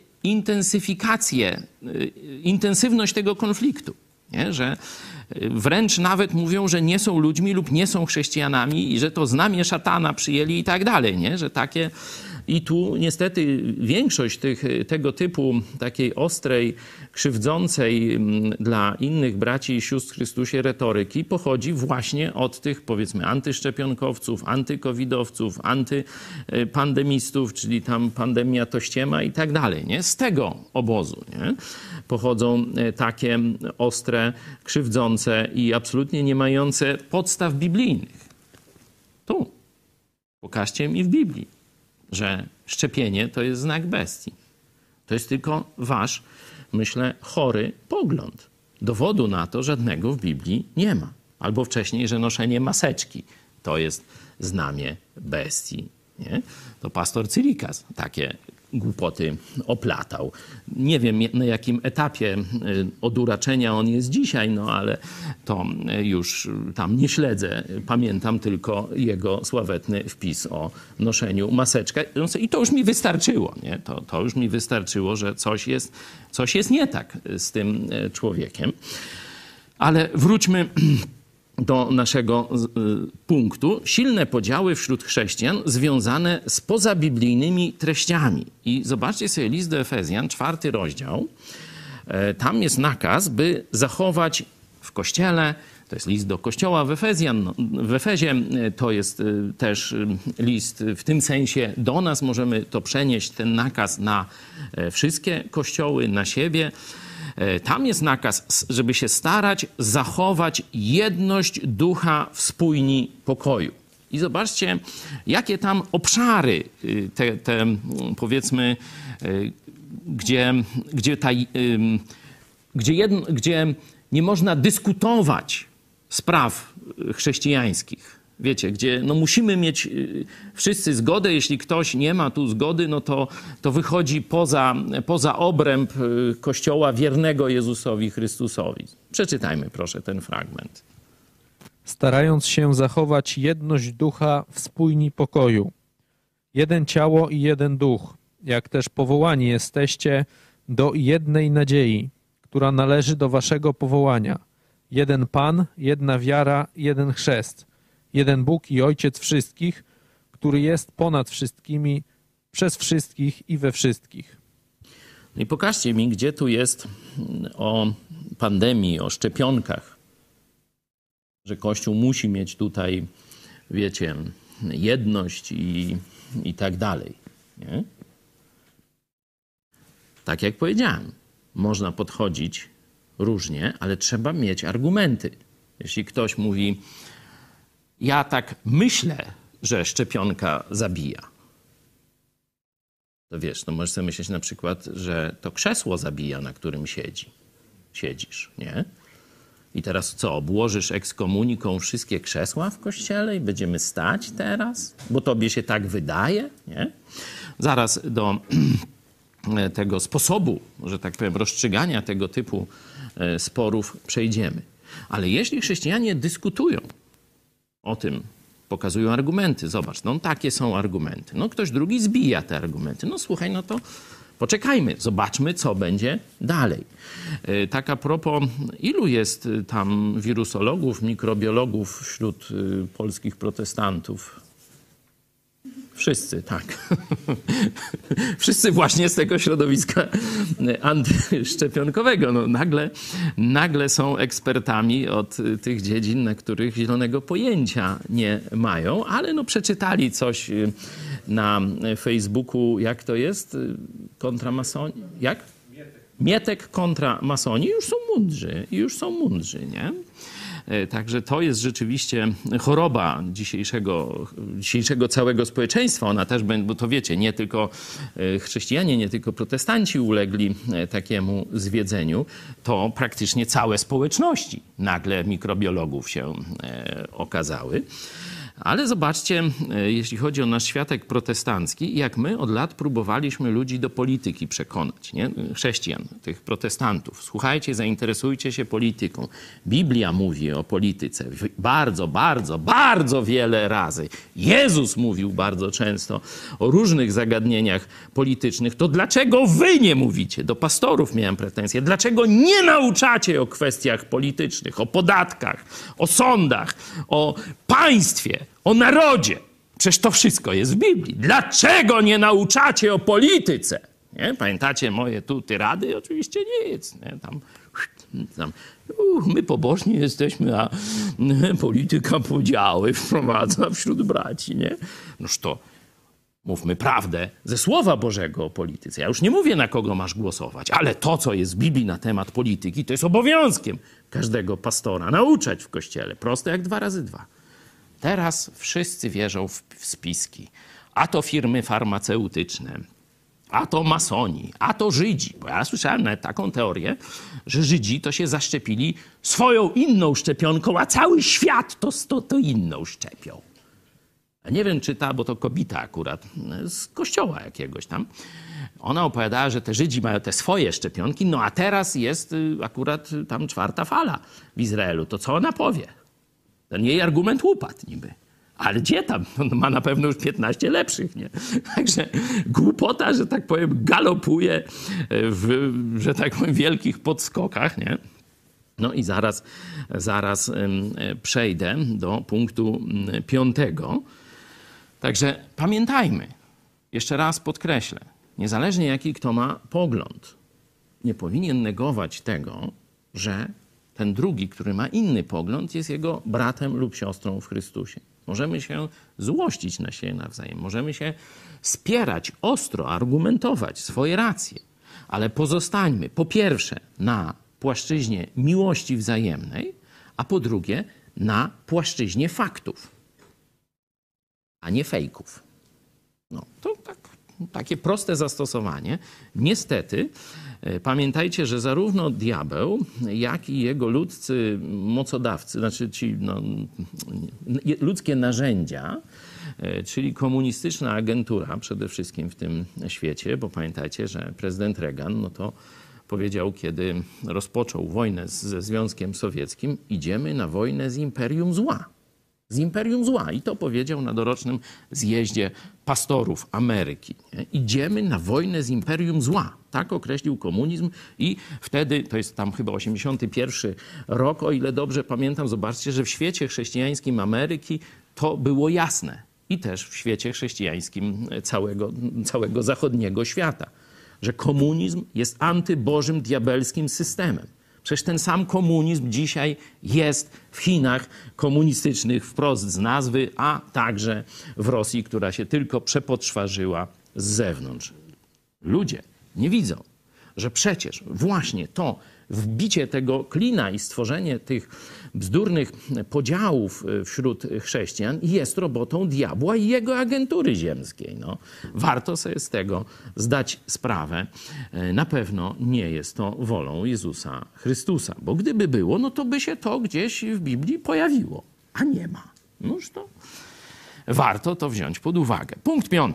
intensywność tego konfliktu. Nie? Że wręcz nawet mówią, że nie są ludźmi lub nie są chrześcijanami i że to znamię szatana przyjęli i tak dalej. Nie? Że takie... I tu niestety większość tego typu takiej ostrej, krzywdzącej dla innych braci i sióstr w Chrystusie retoryki pochodzi właśnie od tych, powiedzmy, antyszczepionkowców, antykowidowców, antypandemistów, czyli tam pandemia to ściema i tak dalej. Nie? Z tego obozu nie? Pochodzą takie ostre, krzywdzące i absolutnie nie mające podstaw biblijnych. Tu. Pokażcie mi w Biblii, że szczepienie to jest znak bestii. To jest tylko wasz, myślę, chory pogląd. Dowodu na to żadnego w Biblii nie ma. Albo wcześniej, że noszenie maseczki to jest znamię bestii. Nie? To pastor Cyrikas takie głupoty oplatał. Nie wiem, na jakim etapie oduraczenia on jest dzisiaj, no ale to już tam nie śledzę. Pamiętam tylko jego sławetny wpis o noszeniu maseczki. I to już mi wystarczyło. Nie? To już mi wystarczyło, że coś jest nie tak z tym człowiekiem. Ale wróćmy do naszego punktu. Silne podziały wśród chrześcijan związane z pozabiblijnymi treściami. I zobaczcie sobie list do Efezjan, 4 rozdział. Tam jest nakaz, by zachować w Kościele, to jest list do Kościoła w Efezjan, w Efezie, to jest też list w tym sensie do nas. Możemy to przenieść, ten nakaz na wszystkie kościoły, na siebie. Tam jest nakaz, żeby się starać zachować jedność ducha w spójni pokoju. I zobaczcie, jakie tam obszary, te powiedzmy, gdzie nie można dyskutować spraw chrześcijańskich. Wiecie, gdzie musimy mieć wszyscy zgodę. Jeśli ktoś nie ma tu zgody, no to wychodzi poza obręb Kościoła wiernego Jezusowi Chrystusowi. Przeczytajmy proszę ten fragment. Starając się zachować jedność ducha w spójni pokoju. Jeden ciało i jeden duch, jak też powołani jesteście do jednej nadziei, która należy do waszego powołania. Jeden Pan, jedna wiara, jeden chrzest. Jeden Bóg i Ojciec wszystkich, który jest ponad wszystkimi, przez wszystkich i we wszystkich. I pokażcie mi, gdzie tu jest o pandemii, o szczepionkach, że Kościół musi mieć tutaj, wiecie, jedność i tak dalej. Nie? Tak jak powiedziałem, można podchodzić różnie, ale trzeba mieć argumenty. Jeśli ktoś mówi, ja tak myślę, że szczepionka zabija. To wiesz, to możesz sobie myśleć na przykład, że to krzesło zabija, na którym siedzisz, nie? I teraz co, obłożysz ekskomuniką wszystkie krzesła w kościele i będziemy stać teraz? Bo tobie się tak wydaje, nie? Zaraz do tego sposobu, że tak powiem, rozstrzygania tego typu sporów przejdziemy. Ale jeśli chrześcijanie dyskutują o tym, pokazują argumenty. Zobacz, no takie są argumenty. No ktoś drugi zbija te argumenty. No słuchaj, no to poczekajmy, zobaczmy, co będzie dalej. Tak a propos, ilu jest tam wirusologów, mikrobiologów wśród polskich protestantów? Wszyscy, tak. Wszyscy właśnie z tego środowiska antyszczepionkowego. No, nagle są ekspertami od tych dziedzin, na których zielonego pojęcia nie mają, ale no przeczytali coś na Facebooku, jak to jest? Kontra masoni? Jak? Mietek kontra masoni. Już są mądrzy, nie? Także to jest rzeczywiście choroba dzisiejszego całego społeczeństwa. Ona też, bo to wiecie, nie tylko chrześcijanie, nie tylko protestanci ulegli takiemu zwiedzeniu, to praktycznie całe społeczności nagle mikrobiologów się okazały. Ale zobaczcie, jeśli chodzi o nasz światek protestancki, jak my od lat próbowaliśmy ludzi do polityki przekonać, nie? Chrześcijan, tych protestantów. Słuchajcie, zainteresujcie się polityką. Biblia mówi o polityce bardzo, bardzo, bardzo wiele razy. Jezus mówił bardzo często o różnych zagadnieniach politycznych. To dlaczego wy nie mówicie? Do pastorów miałem pretensje. Dlaczego nie nauczacie o kwestiach politycznych, o podatkach, o sądach, o państwie, o narodzie? Przecież to wszystko jest w Biblii. Dlaczego nie nauczacie o polityce? Nie? Pamiętacie moje tu tyrady? Oczywiście nic. Nie? My pobożni jesteśmy, a polityka podziały wprowadza wśród braci. Nie? Noż to mówmy prawdę ze Słowa Bożego o polityce. Ja już nie mówię, na kogo masz głosować, ale to, co jest w Biblii na temat polityki, to jest obowiązkiem każdego pastora nauczać w Kościele. Proste jak 2 razy 2. Teraz wszyscy wierzą w spiski. A to firmy farmaceutyczne, a to masoni, a to Żydzi. Bo ja słyszałem nawet taką teorię, że Żydzi to się zaszczepili swoją inną szczepionką, a cały świat to inną szczepią. Ja nie wiem, czy bo to kobieta akurat z kościoła jakiegoś tam. Ona opowiadała, że te Żydzi mają te swoje szczepionki, no a teraz jest akurat tam 4. fala w Izraelu. To co ona powie? Ten jej argument upadł niby. Ale gdzie tam? On ma na pewno już 15 lepszych, nie? Także głupota, że tak powiem, galopuje w, że tak powiem, wielkich podskokach, nie? No i zaraz przejdę do punktu 5. Także pamiętajmy, jeszcze raz podkreślę, niezależnie jaki kto ma pogląd, nie powinien negować tego, że ten drugi, który ma inny pogląd, jest jego bratem lub siostrą w Chrystusie. Możemy się złościć na siebie nawzajem, możemy się spierać, ostro argumentować swoje racje, ale pozostańmy po pierwsze na płaszczyźnie miłości wzajemnej, a po drugie na płaszczyźnie faktów, a nie fejków. No, to takie proste zastosowanie. Niestety, pamiętajcie, że zarówno diabeł, jak i jego ludzcy mocodawcy, znaczy ci ludzkie narzędzia, czyli komunistyczna agentura przede wszystkim w tym świecie, bo pamiętajcie, że prezydent Reagan, no to powiedział, kiedy rozpoczął wojnę ze Związkiem Sowieckim, idziemy na wojnę z imperium zła. Z imperium zła. I to powiedział na dorocznym zjeździe pastorów Ameryki. Nie? Idziemy na wojnę z imperium zła. Tak określił komunizm i wtedy, to jest tam chyba 81 rok, o ile dobrze pamiętam, zobaczcie, że w świecie chrześcijańskim Ameryki to było jasne. I też w świecie chrześcijańskim całego zachodniego świata. Że komunizm jest antybożym, diabelskim systemem. Przecież ten sam komunizm dzisiaj jest w Chinach komunistycznych wprost z nazwy, a także w Rosji, która się tylko przepoczwarzyła z zewnątrz. Ludzie nie widzą, że przecież właśnie to wbicie tego klina i stworzenie tych bzdurnych podziałów wśród chrześcijan jest robotą diabła i jego agentury ziemskiej. No, warto sobie z tego zdać sprawę. Na pewno nie jest to wolą Jezusa Chrystusa, bo gdyby było, no to by się to gdzieś w Biblii pojawiło, a nie ma. Noż to warto to wziąć pod uwagę. Punkt 5.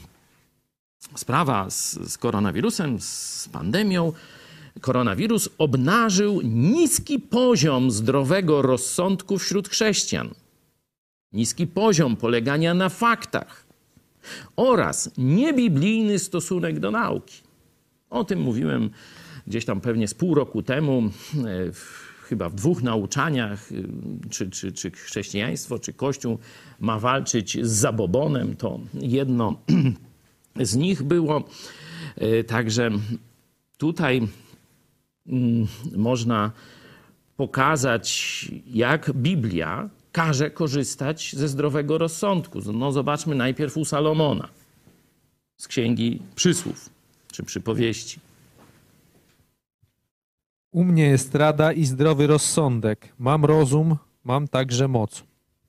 Sprawa z koronawirusem, z pandemią. Koronawirus obnażył niski poziom zdrowego rozsądku wśród chrześcijan. niski poziom polegania na faktach oraz niebiblijny stosunek do nauki. O tym mówiłem gdzieś tam pewnie z pół roku temu, chyba w 2 nauczaniach, czy chrześcijaństwo, czy Kościół ma walczyć z zabobonem. To jedno z nich było. Także tutaj można pokazać, jak Biblia każe korzystać ze zdrowego rozsądku. No zobaczmy najpierw u Salomona z Księgi Przysłów czy Przypowieści. U mnie jest rada i zdrowy rozsądek. Mam rozum, mam także moc.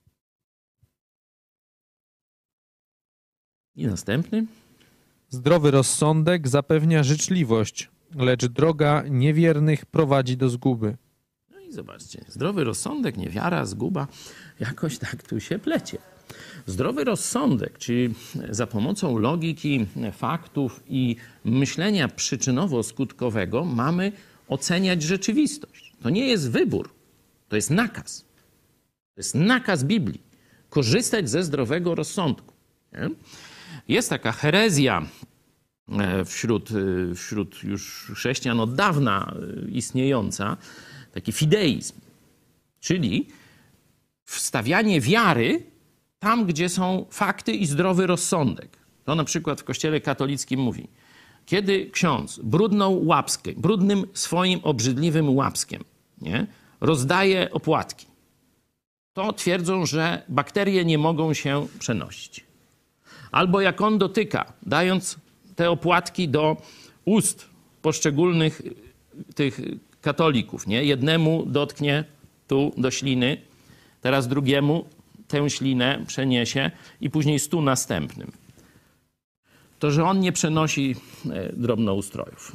I następny. Zdrowy rozsądek zapewnia życzliwość, lecz droga niewiernych prowadzi do zguby. No i zobaczcie, zdrowy rozsądek, niewiara, zguba, jakoś tak tu się plecie. Zdrowy rozsądek, czyli za pomocą logiki, faktów i myślenia przyczynowo-skutkowego mamy oceniać rzeczywistość. To nie jest wybór, to jest nakaz. To jest nakaz Biblii. Korzystać ze zdrowego rozsądku. Nie? Jest taka herezja wśród już chrześcijan od dawna istniejąca, taki fideizm, czyli wstawianie wiary tam, gdzie są fakty i zdrowy rozsądek. To na przykład w Kościele katolickim mówi, kiedy ksiądz brudnym swoim obrzydliwym łapskiem, nie, rozdaje opłatki, to twierdzą, że bakterie nie mogą się przenosić. Albo jak on dotyka, dając te opłatki do ust poszczególnych tych katolików, nie? Jednemu dotknie tu do śliny, teraz drugiemu tę ślinę przeniesie i później 100 następnym. To, że on nie przenosi drobnoustrojów.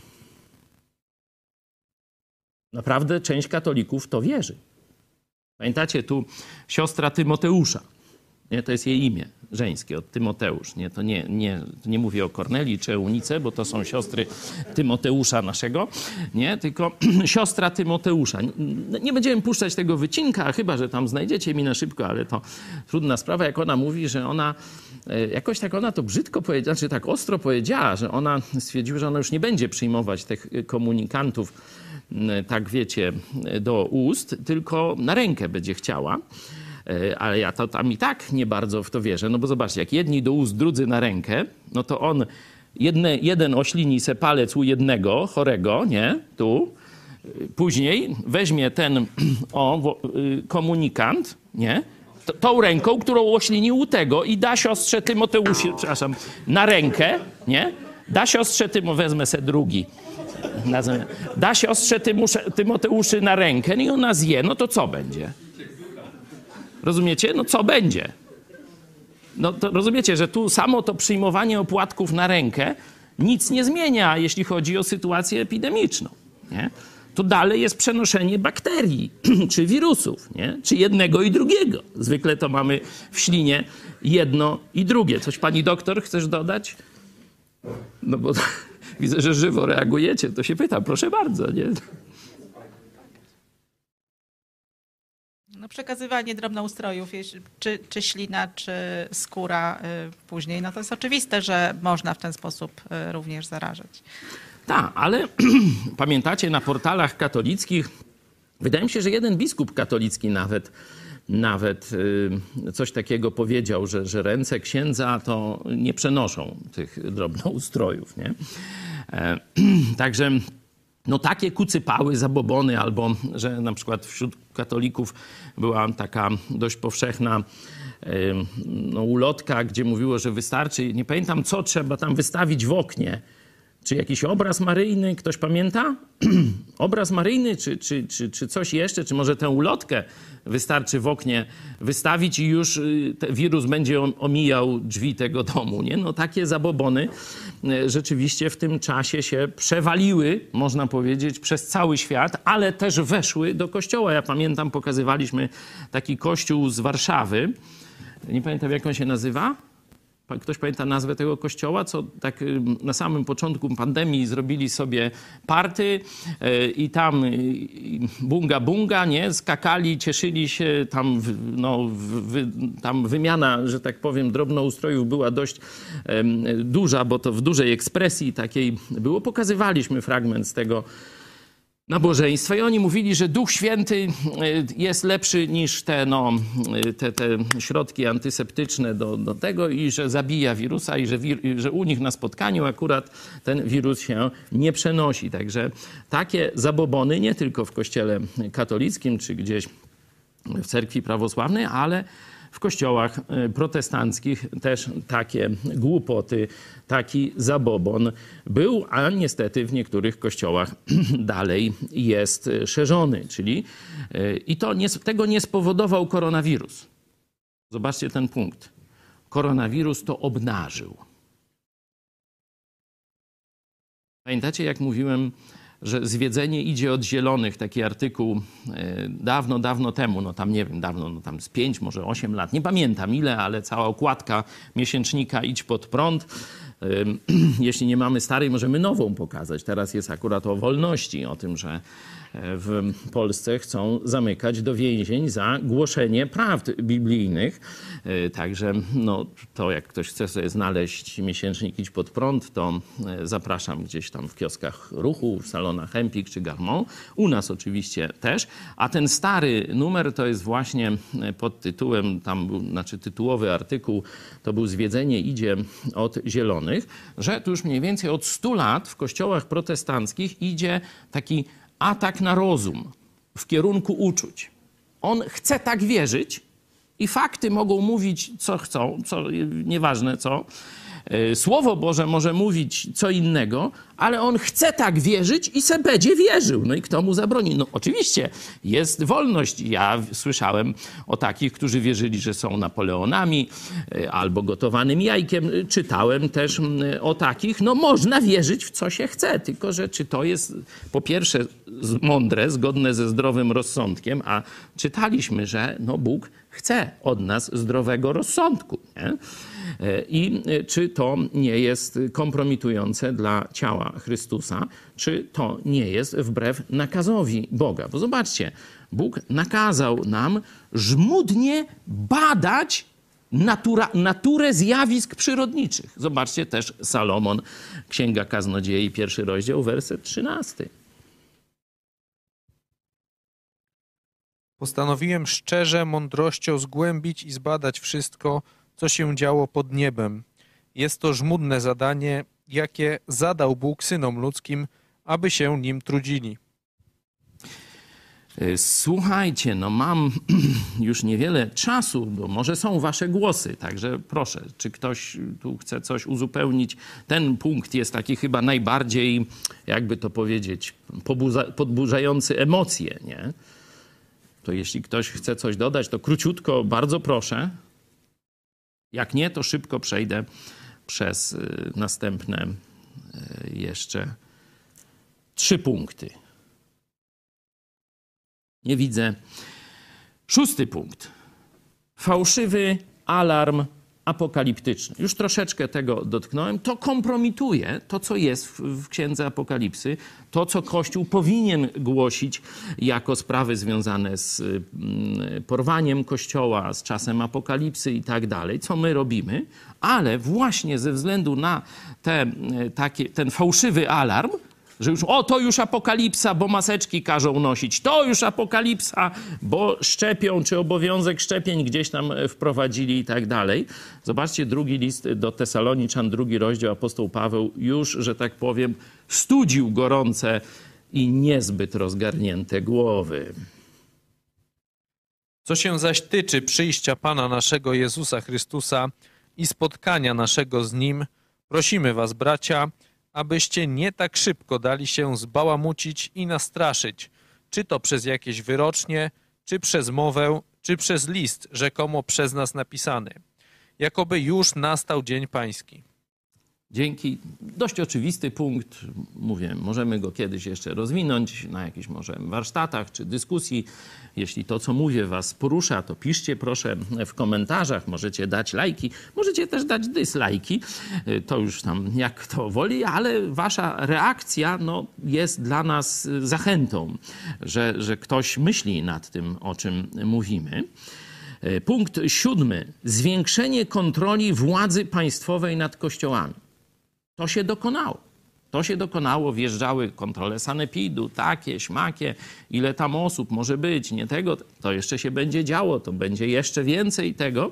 Naprawdę część katolików to wierzy. Pamiętacie tu siostra Tymoteusza. Nie, to jest jej imię żeńskie, od Tymoteusz. Nie, to nie mówię o Kornelii czy Eunice, bo to są siostry Tymoteusza naszego, nie, tylko siostra Tymoteusza. Nie będziemy puszczać tego wycinka, chyba że tam znajdziecie mi na szybko, ale to trudna sprawa, jak ona mówi, że ona, jakoś tak ona to brzydko powiedziała, znaczy tak ostro powiedziała, że ona stwierdziła, że ona już nie będzie przyjmować tych komunikantów, tak wiecie, do ust, tylko na rękę będzie chciała. Ale ja to tam i tak nie bardzo w to wierzę, no bo zobaczcie, jak jedni do ust, drudzy na rękę, no to on jeden oślini se palec u jednego chorego, nie, tu, później weźmie ten komunikant, nie, tą ręką, którą oślinił u tego i da siostrze Tymoteuszy, przepraszam, na rękę, nie, da siostrze wezmę se drugi, da siostrze Tymoteuszy na rękę i ona zje, no to co będzie? Rozumiecie? No co będzie? No to rozumiecie, że tu samo to przyjmowanie opłatków na rękę nic nie zmienia, jeśli chodzi o sytuację epidemiczną. Nie? To dalej jest przenoszenie bakterii czy wirusów, nie? Czy jednego i drugiego. Zwykle to mamy w ślinie jedno i drugie. Coś pani doktor chcesz dodać? No bo widzę, że żywo reagujecie, to się pytam. Proszę bardzo, nie? No, przekazywanie drobnoustrojów, czy ślina, czy skóra później, no to jest oczywiste, że można w ten sposób również zarażać. Tak, ale pamiętacie, na portalach katolickich, wydaje mi się, że jeden biskup katolicki nawet coś takiego powiedział, że ręce księdza to nie przenoszą tych drobnoustrojów, nie? Także no takie kucypały, zabobony, albo że na przykład wśród katolików była taka dość powszechna ulotka, gdzie mówiło, że wystarczy, nie pamiętam co trzeba tam wystawić w oknie, czy jakiś obraz maryjny, ktoś pamięta? Obraz maryjny, czy coś jeszcze, czy może tę ulotkę wystarczy w oknie wystawić i już wirus będzie omijał drzwi tego domu, nie? No takie zabobony rzeczywiście w tym czasie się przewaliły, można powiedzieć, przez cały świat, ale też weszły do kościoła. Ja pamiętam, pokazywaliśmy taki kościół z Warszawy. Nie pamiętam, jak on się nazywa? Ktoś pamięta nazwę tego kościoła, co tak na samym początku pandemii zrobili sobie party i tam bunga bunga, nie? Skakali, cieszyli się, tam, tam wymiana, że tak powiem, drobnoustrojów była dość duża, bo to w dużej ekspresji takiej było. Pokazywaliśmy fragment z tego nabożeństwa i oni mówili, że Duch Święty jest lepszy niż te środki antyseptyczne do tego i że zabija wirusa i że u nich na spotkaniu akurat ten wirus się nie przenosi. Także takie zabobony nie tylko w kościele katolickim czy gdzieś w cerkwi prawosławnej, ale w kościołach protestanckich też takie głupoty, taki zabobon był, a niestety w niektórych kościołach dalej jest szerzony. Czyli tego nie spowodował koronawirus. Zobaczcie ten punkt. Koronawirus to obnażył. Pamiętacie, jak mówiłem, że zwiedzenie idzie od zielonych, taki artykuł dawno temu, no tam nie wiem, dawno, no tam z 5, może 8 lat, nie pamiętam ile, ale cała okładka miesięcznika Idź Pod Prąd. Jeśli nie mamy starej, możemy nową pokazać. Teraz jest akurat o wolności, o tym, że w Polsce chcą zamykać do więzień za głoszenie prawd biblijnych. Także no, to jak ktoś chce sobie znaleźć miesięcznik Idź Pod Prąd, to zapraszam gdzieś tam w kioskach Ruchu, w salonach Empik czy Garmont. U nas oczywiście też. A ten stary numer to jest właśnie pod tytułem, tam był, znaczy tytułowy artykuł, to był Zwiedzenie idzie od zielonych, że tu już mniej więcej od 100 lat w kościołach protestanckich idzie taki atak na rozum w kierunku uczuć. On chce tak wierzyć i fakty mogą mówić, co chcą, nieważne co. Słowo Boże może mówić co innego, ale on chce tak wierzyć i se będzie wierzył. No i kto mu zabroni? No oczywiście jest wolność. Ja słyszałem o takich, którzy wierzyli, że są Napoleonami albo gotowanym jajkiem. Czytałem też o takich. No można wierzyć w co się chce, tylko że czy to jest po pierwsze mądre, zgodne ze zdrowym rozsądkiem, a czytaliśmy, że no Bóg chce od nas zdrowego rozsądku, nie? I czy to nie jest kompromitujące dla ciała Chrystusa, czy to nie jest wbrew nakazowi Boga. Bo zobaczcie, Bóg nakazał nam żmudnie badać naturę zjawisk przyrodniczych. Zobaczcie też Salomon, Księga Kaznodziei, 1 rozdział, werset 13. Postanowiłem szczerze, mądrością zgłębić i zbadać wszystko, co się działo pod niebem. Jest to żmudne zadanie, jakie zadał Bóg synom ludzkim, aby się nim trudzili. Słuchajcie, no mam już niewiele czasu, bo może są wasze głosy, także proszę, czy ktoś tu chce coś uzupełnić? Ten punkt jest taki chyba najbardziej, jakby to powiedzieć, podburzający emocje, nie? To jeśli ktoś chce coś dodać, to króciutko, bardzo proszę. Jak nie, to szybko przejdę przez następne jeszcze 3 punkty. Nie widzę. 6. punkt. Fałszywy alarm apokaliptyczny. Już troszeczkę tego dotknąłem. To kompromituje to, co jest w Księdze Apokalipsy, to, co Kościół powinien głosić jako sprawy związane z porwaniem Kościoła, z czasem Apokalipsy i tak dalej, co my robimy, ale właśnie ze względu na ten fałszywy alarm, że już, to już apokalipsa, bo maseczki każą nosić. To już apokalipsa, bo szczepią, czy obowiązek szczepień gdzieś tam wprowadzili i tak dalej. Zobaczcie, 2 list do Tesaloniczan, 2 rozdział, apostoł Paweł już, że tak powiem, studził gorące i niezbyt rozgarnięte głowy. Co się zaś tyczy przyjścia Pana naszego Jezusa Chrystusa i spotkania naszego z Nim, prosimy was, bracia, abyście nie tak szybko dali się zbałamucić i nastraszyć, czy to przez jakieś wyrocznie, czy przez mowę, czy przez list rzekomo przez nas napisany, jakoby już nastał dzień pański. Dzięki. Dość oczywisty punkt, mówię, możemy go kiedyś jeszcze rozwinąć na jakichś może warsztatach czy dyskusji. Jeśli to, co mówię, was porusza, to piszcie proszę w komentarzach, możecie dać lajki, możecie też dać dyslajki, to już tam jak kto woli, ale wasza reakcja jest dla nas zachętą, że ktoś myśli nad tym, o czym mówimy. Punkt 7. Zwiększenie kontroli władzy państwowej nad kościołami. To się dokonało. To się dokonało, wjeżdżały kontrole sanepidu, takie, śmakie, ile tam osób może być, nie tego, to jeszcze się będzie działo, to będzie jeszcze więcej tego.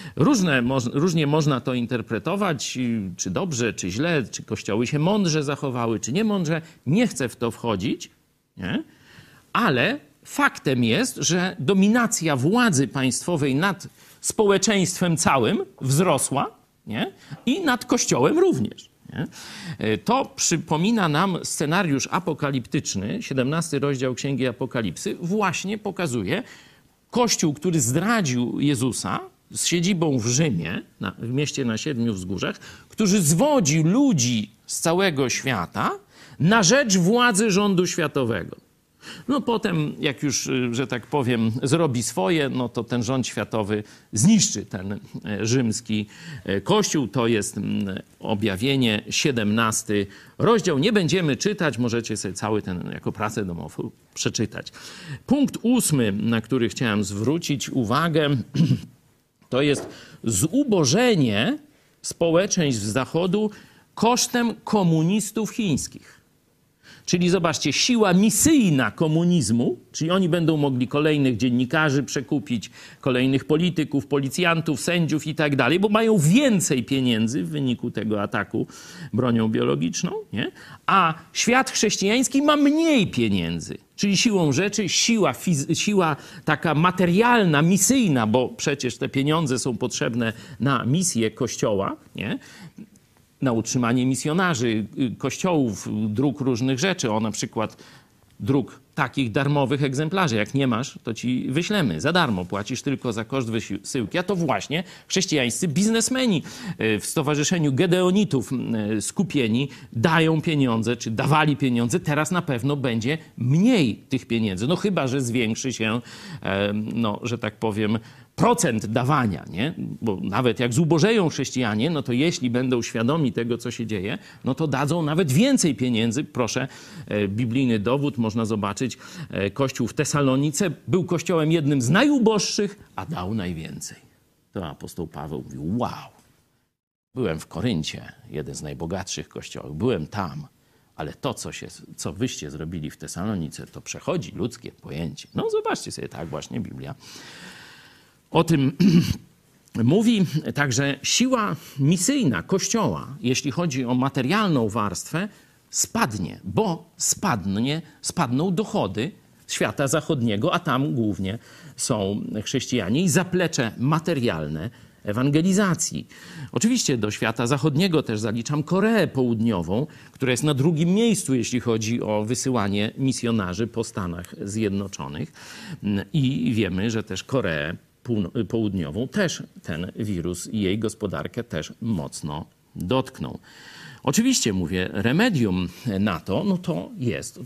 Różnie można to interpretować, czy dobrze, czy źle, czy kościoły się mądrze zachowały, czy nie mądrze. Nie chcę w to wchodzić, nie? Ale faktem jest, że dominacja władzy państwowej nad społeczeństwem całym wzrosła, nie? I nad Kościołem również. Nie? To przypomina nam scenariusz apokaliptyczny, 17 rozdział Księgi Apokalipsy, właśnie pokazuje Kościół, który zdradził Jezusa z siedzibą w Rzymie, w mieście na 7 wzgórzach, który zwodzi ludzi z całego świata na rzecz władzy rządu światowego. No potem, jak już, że tak powiem, zrobi swoje, no to ten rząd światowy zniszczy ten rzymski kościół. To jest Objawienie, 17 rozdział. Nie będziemy czytać, możecie sobie cały ten jako pracę domową przeczytać. Punkt 8, na który chciałem zwrócić uwagę, to jest zubożenie społeczeństw Zachodu kosztem komunistów chińskich. Czyli zobaczcie, siła misyjna komunizmu, czyli oni będą mogli kolejnych dziennikarzy przekupić, kolejnych polityków, policjantów, sędziów i tak dalej, bo mają więcej pieniędzy w wyniku tego ataku bronią biologiczną, nie? A świat chrześcijański ma mniej pieniędzy. Czyli siłą rzeczy siła taka materialna, misyjna, bo przecież te pieniądze są potrzebne na misję Kościoła, nie? Na utrzymanie misjonarzy, kościołów, dróg różnych rzeczy. O na przykład dróg takich darmowych egzemplarzy. Jak nie masz, to ci wyślemy za darmo. Płacisz tylko za koszt wysyłki. A to właśnie chrześcijańscy biznesmeni w Stowarzyszeniu Gedeonitów skupieni dają pieniądze, czy dawali pieniądze. Teraz na pewno będzie mniej tych pieniędzy. No chyba, że zwiększy się, że tak powiem, procent dawania, nie? Bo nawet jak zubożeją chrześcijanie, no to jeśli będą świadomi tego, co się dzieje, no to dadzą nawet więcej pieniędzy. Proszę, biblijny dowód, można zobaczyć, kościół w Tesalonice był kościołem jednym z najuboższych, a dał najwięcej. To apostoł Paweł mówił, wow, byłem w Koryncie, jeden z najbogatszych kościołów, byłem tam, ale to, co wyście zrobili w Tesalonice, to przechodzi ludzkie pojęcie. No zobaczcie sobie, tak właśnie Biblia o tym mówi. Także siła misyjna Kościoła, jeśli chodzi o materialną warstwę, spadnie, bo spadną dochody świata zachodniego, a tam głównie są chrześcijanie i zaplecze materialne ewangelizacji. Oczywiście do świata zachodniego też zaliczam Koreę Południową, która jest na drugim miejscu, jeśli chodzi o wysyłanie misjonarzy po Stanach Zjednoczonych. I wiemy, że też Koreę Południową też ten wirus i jej gospodarkę też mocno dotknął. Oczywiście mówię, remedium na to, no to jest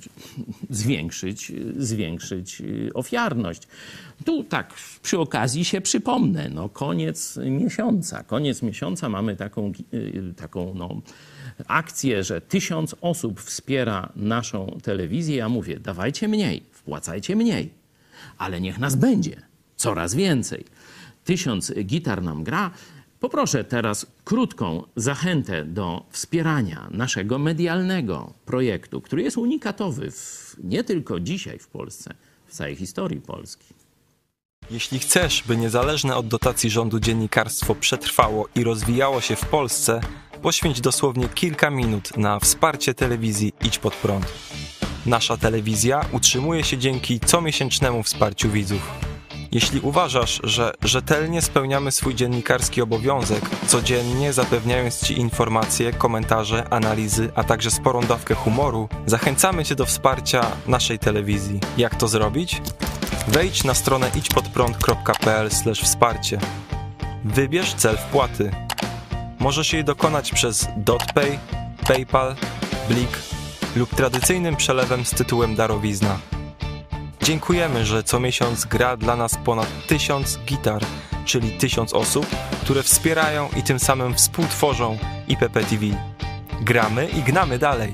zwiększyć ofiarność. Tu tak przy okazji się przypomnę, no koniec miesiąca mamy taką akcję, że 1000 osób wspiera naszą telewizję. Ja mówię, dawajcie mniej, wpłacajcie mniej, ale niech nas będzie coraz więcej. 1000 gitar nam gra. Poproszę teraz krótką zachętę do wspierania naszego medialnego projektu, który jest unikatowy nie tylko dzisiaj w Polsce, w całej historii Polski. Jeśli chcesz, by niezależne od dotacji rządu dziennikarstwo przetrwało i rozwijało się w Polsce, poświęć dosłownie kilka minut na wsparcie telewizji Idź Pod Prąd. Nasza telewizja utrzymuje się dzięki comiesięcznemu wsparciu widzów. Jeśli uważasz, że rzetelnie spełniamy swój dziennikarski obowiązek, codziennie zapewniając Ci informacje, komentarze, analizy, a także sporą dawkę humoru, zachęcamy Cię do wsparcia naszej telewizji. Jak to zrobić? Wejdź na stronę idźpodprąd.pl/wsparcie. Wybierz cel wpłaty. Możesz jej dokonać przez DotPay, PayPal, Blik lub tradycyjnym przelewem z tytułem darowizna. Dziękujemy, że co miesiąc gra dla nas ponad 1000 gitar, czyli 1000 osób, które wspierają i tym samym współtworzą IPP TV. Gramy i gnamy dalej.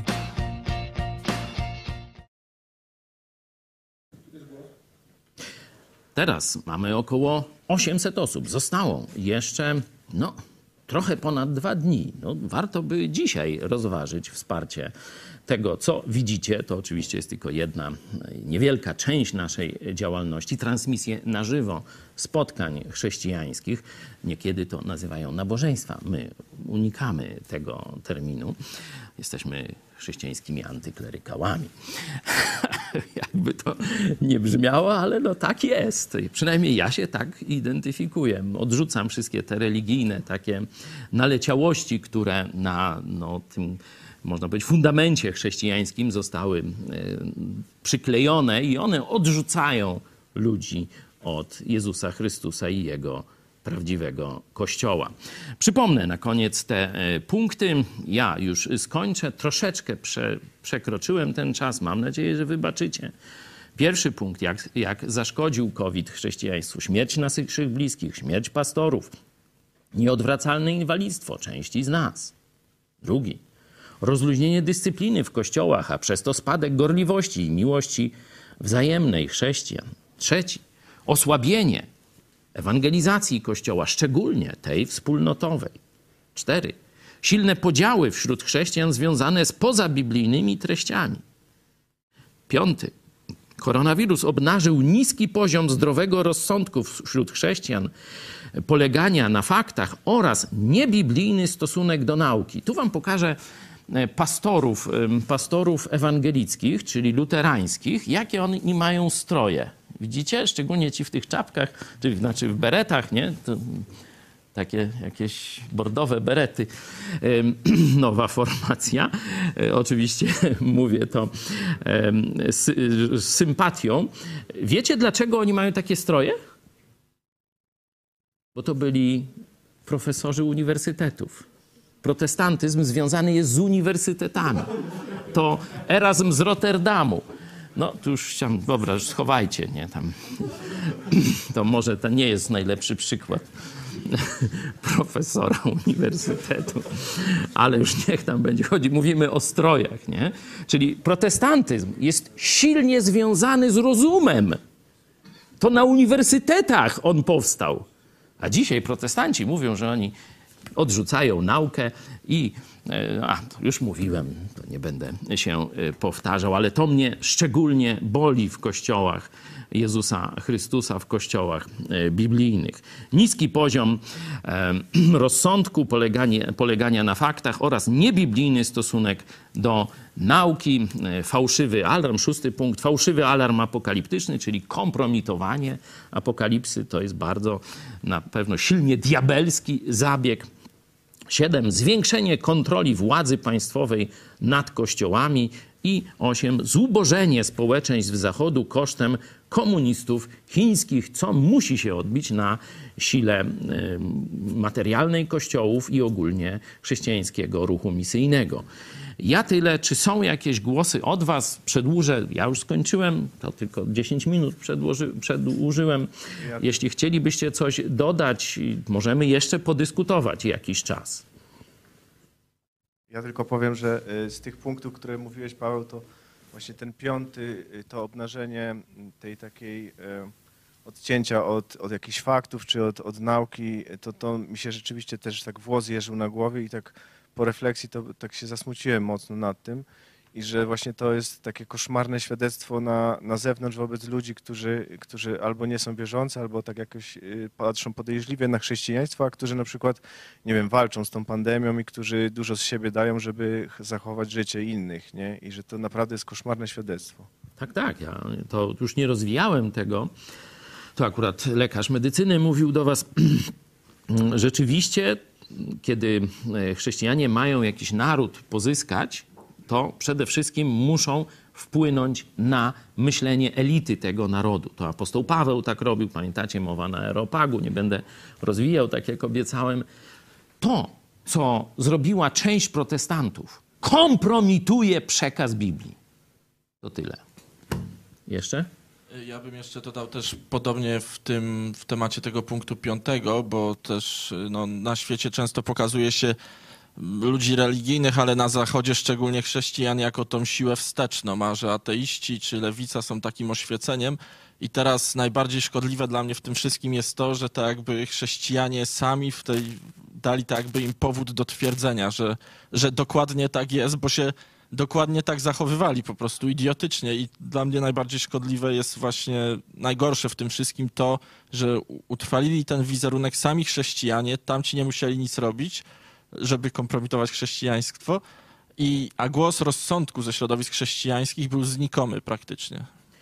Teraz mamy około 800 osób. Zostało jeszcze, trochę ponad 2 dni. Warto by dzisiaj rozważyć wsparcie tego, co widzicie. To oczywiście jest tylko jedna niewielka część naszej działalności. Transmisje na żywo spotkań chrześcijańskich. Niekiedy to nazywają nabożeństwa. My unikamy tego terminu. Jesteśmy chrześcijańskimi antyklerykałami. Jakby to nie brzmiało, ale tak jest. Przynajmniej ja się tak identyfikuję. Odrzucam wszystkie te religijne takie naleciałości, które na tym, można powiedzieć, fundamencie chrześcijańskim zostały przyklejone i one odrzucają ludzi od Jezusa Chrystusa i Jego prawdziwego Kościoła. Przypomnę na koniec te punkty. Ja już skończę. Troszeczkę przekroczyłem ten czas. Mam nadzieję, że wybaczycie. Pierwszy punkt, jak zaszkodził COVID chrześcijaństwu. Śmierć naszych bliskich, śmierć pastorów, nieodwracalne inwalidztwo części z nas. Drugi, rozluźnienie dyscypliny w kościołach, a przez to spadek gorliwości i miłości wzajemnej chrześcijan. Trzeci, osłabienie ewangelizacji Kościoła, szczególnie tej wspólnotowej. 4. Silne podziały wśród chrześcijan związane z pozabiblijnymi treściami. 5. Koronawirus obnażył niski poziom zdrowego rozsądku wśród chrześcijan, polegania na faktach oraz niebiblijny stosunek do nauki. Tu wam pokażę pastorów ewangelickich, czyli luterańskich, jakie oni mają stroje. Widzicie? Szczególnie ci w tych czapkach, znaczy w beretach, nie? To takie jakieś bordowe berety. Nowa formacja. Oczywiście mówię to z sympatią. Wiecie, dlaczego oni mają takie stroje? Bo to byli profesorzy uniwersytetów. Protestantyzm związany jest z uniwersytetami. To Erasm z Rotterdamu. Tu już chciałem, dobra, schowajcie, nie? Tam, to może to nie jest najlepszy przykład profesora uniwersytetu, ale już niech tam będzie. Mówimy o strojach, nie? Czyli protestantyzm jest silnie związany z rozumem. To na uniwersytetach on powstał. A dzisiaj protestanci mówią, że oni odrzucają naukę i to już mówiłem, to nie będę się powtarzał, ale to mnie szczególnie boli w kościołach Jezusa Chrystusa, w kościołach biblijnych. Niski poziom rozsądku, polegania na faktach oraz niebiblijny stosunek do nauki. Fałszywy alarm, 6. punkt, fałszywy alarm apokaliptyczny, czyli kompromitowanie apokalipsy. To jest bardzo na pewno silnie diabelski zabieg. 7. Zwiększenie kontroli władzy państwowej nad kościołami. I 8. Zubożenie społeczeństw Zachodu kosztem komunistów chińskich, co musi się odbić na sile materialnej kościołów i ogólnie chrześcijańskiego ruchu misyjnego. Ja tyle. Czy są jakieś głosy od was? Przedłużę. Ja już skończyłem. To tylko 10 minut przedłużyłem. Jeśli chcielibyście coś dodać, możemy jeszcze podyskutować jakiś czas. Ja tylko powiem, że z tych punktów, które mówiłeś, Paweł, to właśnie ten 5, to obnażenie tej takiej odcięcia od jakichś faktów czy od nauki, to mi się rzeczywiście też tak włos jeżył na głowie i tak po refleksji to tak się zasmuciłem mocno nad tym i że właśnie to jest takie koszmarne świadectwo na zewnątrz wobec ludzi, którzy albo nie są wierzący, albo tak jakoś patrzą podejrzliwie na chrześcijaństwo, a którzy na przykład, nie wiem, walczą z tą pandemią i którzy dużo z siebie dają, żeby zachować życie innych, nie? I że to naprawdę jest koszmarne świadectwo. Tak. Ja to już nie rozwijałem tego. To akurat lekarz medycyny mówił do was. Rzeczywiście, kiedy chrześcijanie mają jakiś naród pozyskać, to przede wszystkim muszą wpłynąć na myślenie elity tego narodu. To apostoł Paweł tak robił, pamiętacie, mowa na Areopagu, nie będę rozwijał, tak jak obiecałem. To co zrobiła część protestantów, kompromituje przekaz Biblii. To tyle. Jeszcze? Ja bym jeszcze dodał też podobnie w temacie tego punktu 5, bo też na świecie często pokazuje się ludzi religijnych, ale na Zachodzie szczególnie chrześcijan jako tą siłę wsteczną, a że ateiści czy lewica są takim oświeceniem. I teraz najbardziej szkodliwe dla mnie w tym wszystkim jest to, że tak jakby chrześcijanie sami dali tak jakby im powód do twierdzenia, że dokładnie tak jest, bo się dokładnie tak zachowywali, po prostu idiotycznie. I dla mnie najbardziej szkodliwe jest właśnie najgorsze w tym wszystkim to, że utrwalili ten wizerunek sami chrześcijanie, tamci nie musieli nic robić, żeby kompromitować chrześcijaństwo, a głos rozsądku ze środowisk chrześcijańskich był znikomy praktycznie.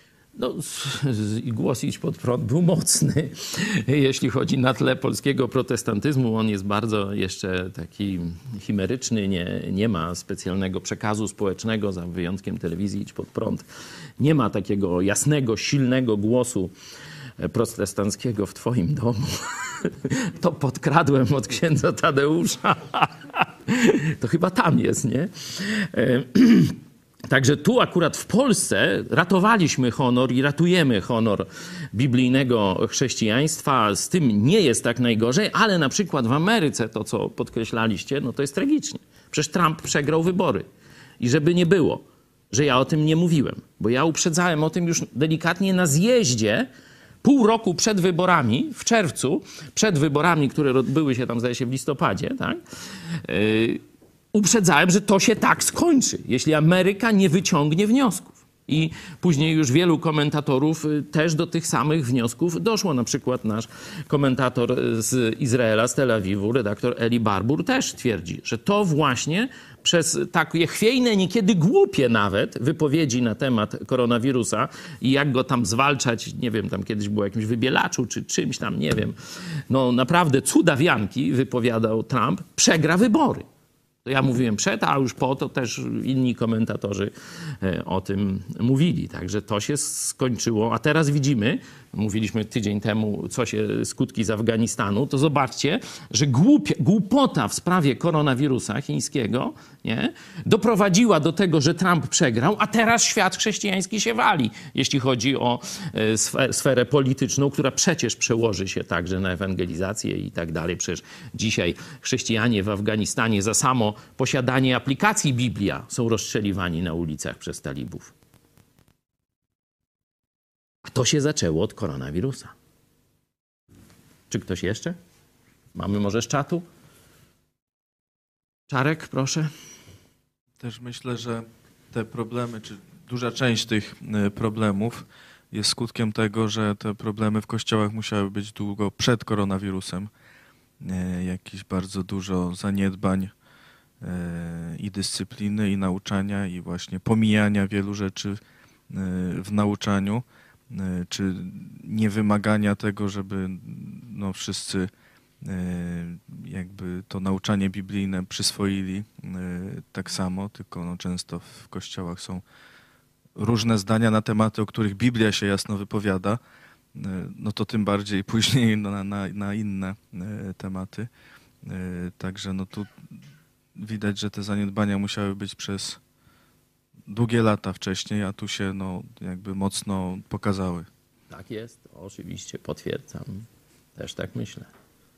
Głos Idź Pod Prąd był mocny. Jeśli chodzi na tle polskiego protestantyzmu, on jest bardzo jeszcze taki chimeryczny, nie ma specjalnego przekazu społecznego, za wyjątkiem telewizji Idź Pod Prąd. Nie ma takiego jasnego, silnego głosu protestanckiego w twoim domu. To podkradłem od księdza Tadeusza. To chyba tam jest, nie? Także tu akurat w Polsce ratowaliśmy honor i ratujemy honor biblijnego chrześcijaństwa. Z tym nie jest tak najgorzej, ale na przykład w Ameryce, to co podkreślaliście, to jest tragicznie. Przecież Trump przegrał wybory. I żeby nie było, że ja o tym nie mówiłem, bo ja uprzedzałem o tym już delikatnie na zjeździe pół roku przed wyborami, w czerwcu, przed wyborami, które odbyły się tam, zdaje się, w listopadzie, tak? Uprzedzałem, że to się tak skończy, jeśli Ameryka nie wyciągnie wniosków. I później już wielu komentatorów też do tych samych wniosków doszło. Na przykład nasz komentator z Izraela, z Tel Awiwu, redaktor Eli Barbour też twierdzi, że to właśnie przez takie chwiejne, niekiedy głupie nawet wypowiedzi na temat koronawirusa i jak go tam zwalczać, nie wiem, tam kiedyś było o jakimś wybielaczu czy czymś tam, nie wiem. Naprawdę cudawianki wypowiadał Trump, przegra wybory. To ja mówiłem przed, a już po to też inni komentatorzy o tym mówili. Także to się skończyło. A teraz widzimy, mówiliśmy tydzień temu, co się skutki z Afganistanu, to zobaczcie, że głupota w sprawie koronawirusa chińskiego doprowadziła do tego, że Trump przegrał, a teraz świat chrześcijański się wali, jeśli chodzi o sferę polityczną, która przecież przełoży się także na ewangelizację i tak dalej. Przecież dzisiaj chrześcijanie w Afganistanie za samo posiadanie aplikacji Biblia są rozstrzeliwani na ulicach przez talibów. A to się zaczęło od koronawirusa. Czy ktoś jeszcze? Mamy może z czatu? Czarek, proszę. Też myślę, że te problemy, czy duża część tych problemów jest skutkiem tego, że te problemy w kościołach musiały być długo przed koronawirusem. Jakieś bardzo dużo zaniedbań i dyscypliny, i nauczania, i właśnie pomijania wielu rzeczy w nauczaniu, czy niewymagania tego, żeby wszyscy jakby to nauczanie biblijne przyswoili tak samo, tylko często w kościołach są różne zdania na tematy, o których Biblia się jasno wypowiada, to tym bardziej później na inne tematy. Także tu widać, że te zaniedbania musiały być przez długie lata wcześniej, a tu się jakby mocno pokazały. Tak jest, oczywiście, potwierdzam. Też tak myślę.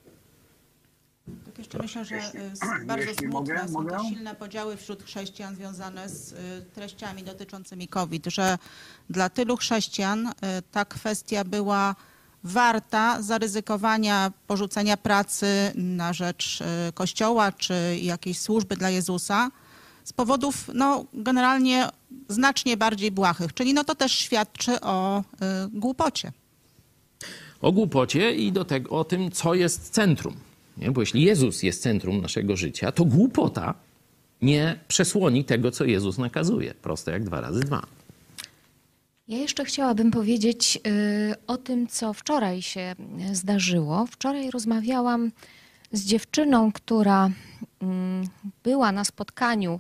Tak jeszcze myślę, że bardzo smutne są te silne podziały wśród chrześcijan związane z treściami dotyczącymi COVID, że dla tylu chrześcijan ta kwestia była warta zaryzykowania porzucenia pracy na rzecz Kościoła czy jakiejś służby dla Jezusa z powodów generalnie znacznie bardziej błahych. Czyli to też świadczy o głupocie. O głupocie i o tym, co jest centrum. Nie? Bo jeśli Jezus jest centrum naszego życia, to głupota nie przesłoni tego, co Jezus nakazuje. Proste jak 2 razy 2. Ja jeszcze chciałabym powiedzieć o tym, co wczoraj się zdarzyło. Wczoraj rozmawiałam z dziewczyną, która była na spotkaniu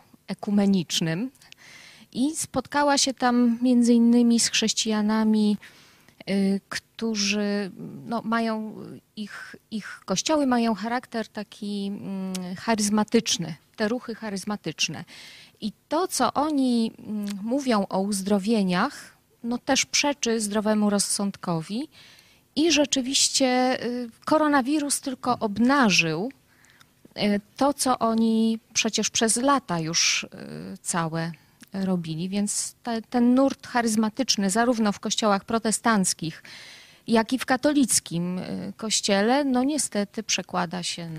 ekumenicznym i spotkała się tam między innymi z chrześcijanami którzy mają, ich kościoły mają charakter taki charyzmatyczny, te ruchy charyzmatyczne. I to, co oni mówią o uzdrowieniach, też przeczy zdrowemu rozsądkowi i rzeczywiście koronawirus tylko obnażył to, co oni przecież przez lata już całe robili, więc ten nurt charyzmatyczny zarówno w kościołach protestanckich, jak i w katolickim kościele, niestety przekłada się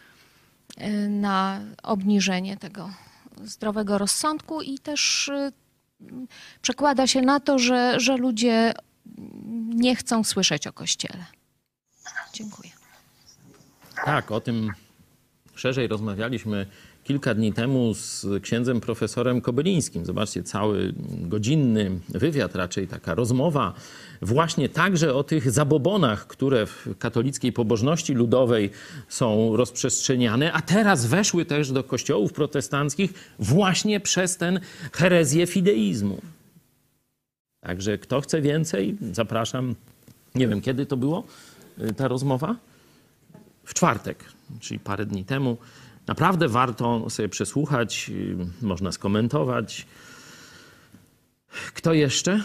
na obniżenie tego zdrowego rozsądku i też przekłada się na to, że ludzie nie chcą słyszeć o kościele. Dziękuję. Tak, o tym szerzej rozmawialiśmy kilka dni temu z księdzem profesorem Kobylińskim. Zobaczcie, cały godzinny wywiad, raczej taka rozmowa właśnie także o tych zabobonach, które w katolickiej pobożności ludowej są rozprzestrzeniane, a teraz weszły też do kościołów protestanckich właśnie przez tę herezję fideizmu. Także kto chce więcej, zapraszam. Nie wiem, kiedy to było ta rozmowa? W czwartek, czyli parę dni temu. Naprawdę warto sobie przesłuchać, można skomentować. Kto jeszcze?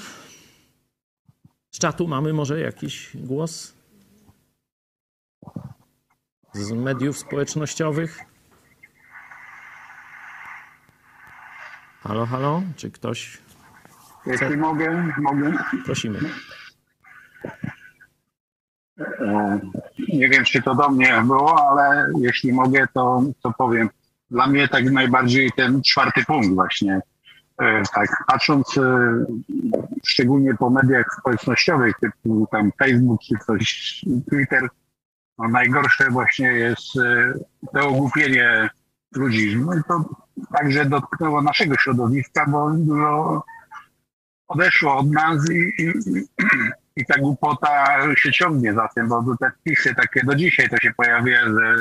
Z czatu mamy może jakiś głos? Z mediów społecznościowych? Halo, halo? Czy ktoś chce? Jeśli mogę. Prosimy. Nie wiem, czy to do mnie było, ale jeśli mogę, to powiem. Dla mnie tak najbardziej ten czwarty punkt właśnie. Tak, patrząc szczególnie po mediach społecznościowych, typu tam Facebook czy coś, Twitter, najgorsze właśnie jest to ogłupienie ludzi. I to także dotknęło naszego środowiska, bo dużo odeszło od nas i ta głupota się ciągnie za tym, bo te wpisy takie do dzisiaj to się pojawia, że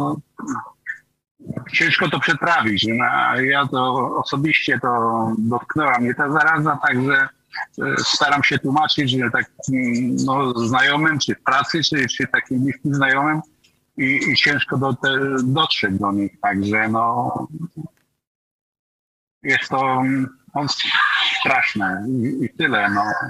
ciężko to przetrawić. Ja to osobiście dotknęła mnie ta zaraza, także staram się tłumaczyć, że tak znajomym, czy w pracy, czy takim bliskim znajomym i ciężko dotrzeć do nich. Także jest to straszne i tyle.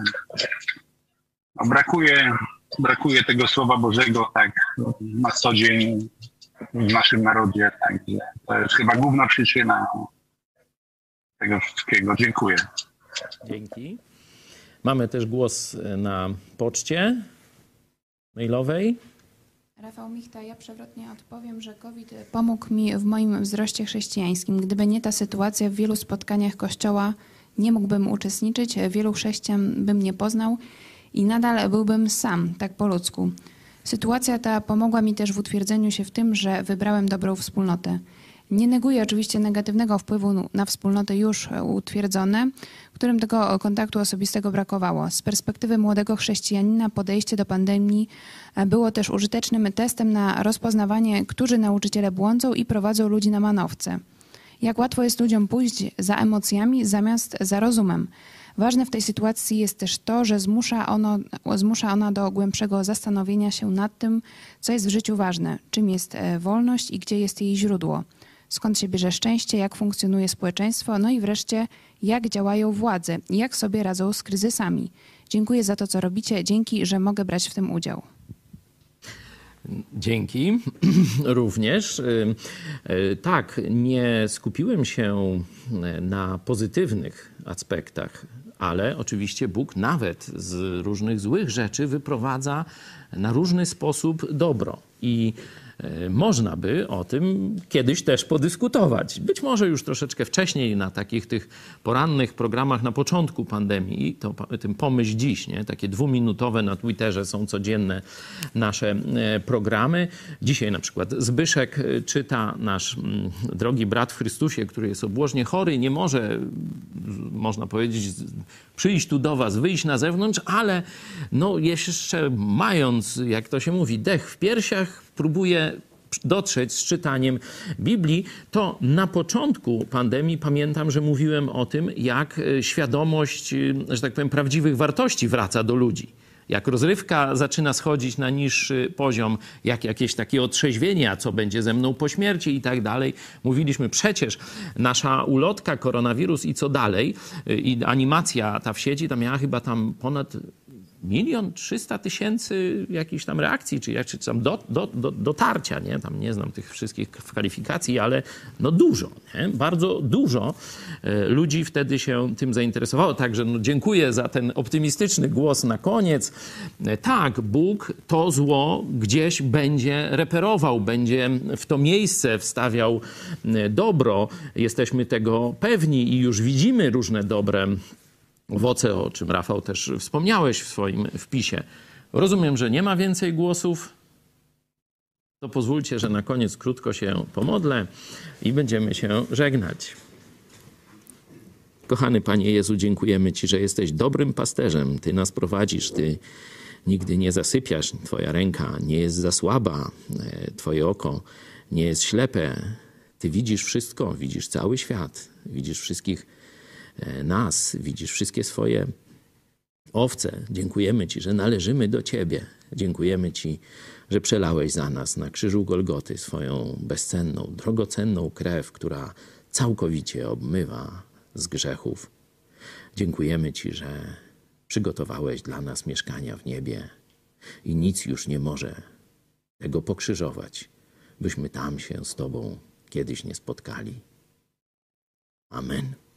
Brakuje tego Słowa Bożego tak na co dzień w naszym narodzie. Także to jest chyba główna przyczyna tego wszystkiego. Dziękuję. Dzięki. Mamy też głos na poczcie mailowej. Rafał Michta, ja przewrotnie odpowiem, że COVID pomógł mi w moim wzroście chrześcijańskim. Gdyby nie ta sytuacja, w wielu spotkaniach Kościoła nie mógłbym uczestniczyć, wielu chrześcijan bym nie poznał i nadal byłbym sam, tak po ludzku. Sytuacja ta pomogła mi też w utwierdzeniu się w tym, że wybrałem dobrą wspólnotę. Nie neguję oczywiście negatywnego wpływu na wspólnoty już utwierdzone, którym tego kontaktu osobistego brakowało. Z perspektywy młodego chrześcijanina podejście do pandemii było też użytecznym testem na rozpoznawanie, którzy nauczyciele błądzą i prowadzą ludzi na manowce. Jak łatwo jest ludziom pójść za emocjami zamiast za rozumem. Ważne w tej sytuacji jest też to, że zmusza ona do głębszego zastanowienia się nad tym, co jest w życiu ważne, czym jest wolność i gdzie jest jej źródło. Skąd się bierze szczęście, jak funkcjonuje społeczeństwo, i wreszcie jak działają władze i jak sobie radzą z kryzysami. Dziękuję za to, co robicie. Dzięki, że mogę brać w tym udział. Dzięki również. Tak, nie skupiłem się na pozytywnych aspektach, ale oczywiście Bóg nawet z różnych złych rzeczy wyprowadza na różny sposób dobro. I można by o tym kiedyś też podyskutować. Być może już troszeczkę wcześniej na takich tych porannych programach na początku pandemii. I tym pomyśl dziś, nie? Takie 2-minutowe na Twitterze są codzienne nasze programy. Dzisiaj na przykład Zbyszek czyta, nasz drogi brat w Chrystusie, który jest obłożnie chory, nie może, można powiedzieć, przyjść tu do was, wyjść na zewnątrz, ale jeszcze mając, jak to się mówi, dech w piersiach, próbuje dotrzeć z czytaniem Biblii, to na początku pandemii pamiętam, że mówiłem o tym, jak świadomość, że tak powiem, prawdziwych wartości wraca do ludzi. jak rozrywka zaczyna schodzić na niższy poziom, jak jakieś takie otrzeźwienie, a co będzie ze mną po śmierci i tak dalej. Mówiliśmy przecież, nasza ulotka, koronawirus i co dalej, i animacja ta w sieci, ta miała chyba tam ponad 1 300 000 jakichś tam reakcji, czy tam dotarcia, nie? Tam nie znam tych wszystkich kwalifikacji, ale no dużo, nie? Bardzo dużo ludzi wtedy się tym zainteresowało. Także no dziękuję za ten optymistyczny głos na koniec. Tak, Bóg to zło gdzieś będzie reperował, będzie w to miejsce wstawiał dobro. Jesteśmy tego pewni i już widzimy różne dobre owoce, o czym Rafał też wspomniałeś w swoim wpisie. Rozumiem, że nie ma więcej głosów. To pozwólcie, że na koniec krótko się pomodlę i będziemy się żegnać. Kochany Panie Jezu, dziękujemy Ci, że jesteś dobrym pasterzem. Ty nas prowadzisz, Ty nigdy nie zasypiasz. Twoja ręka nie jest za słaba. Twoje oko nie jest ślepe. Ty widzisz wszystko, widzisz cały świat, widzisz wszystkich nas, widzisz wszystkie swoje owce. Dziękujemy Ci, że należymy do Ciebie. Dziękujemy Ci, że przelałeś za nas na krzyżu Golgoty swoją bezcenną, drogocenną krew, która całkowicie obmywa z grzechów. Dziękujemy Ci, że przygotowałeś dla nas mieszkania w niebie i nic już nie może tego pokrzyżować, byśmy tam się z Tobą kiedyś nie spotkali. Amen.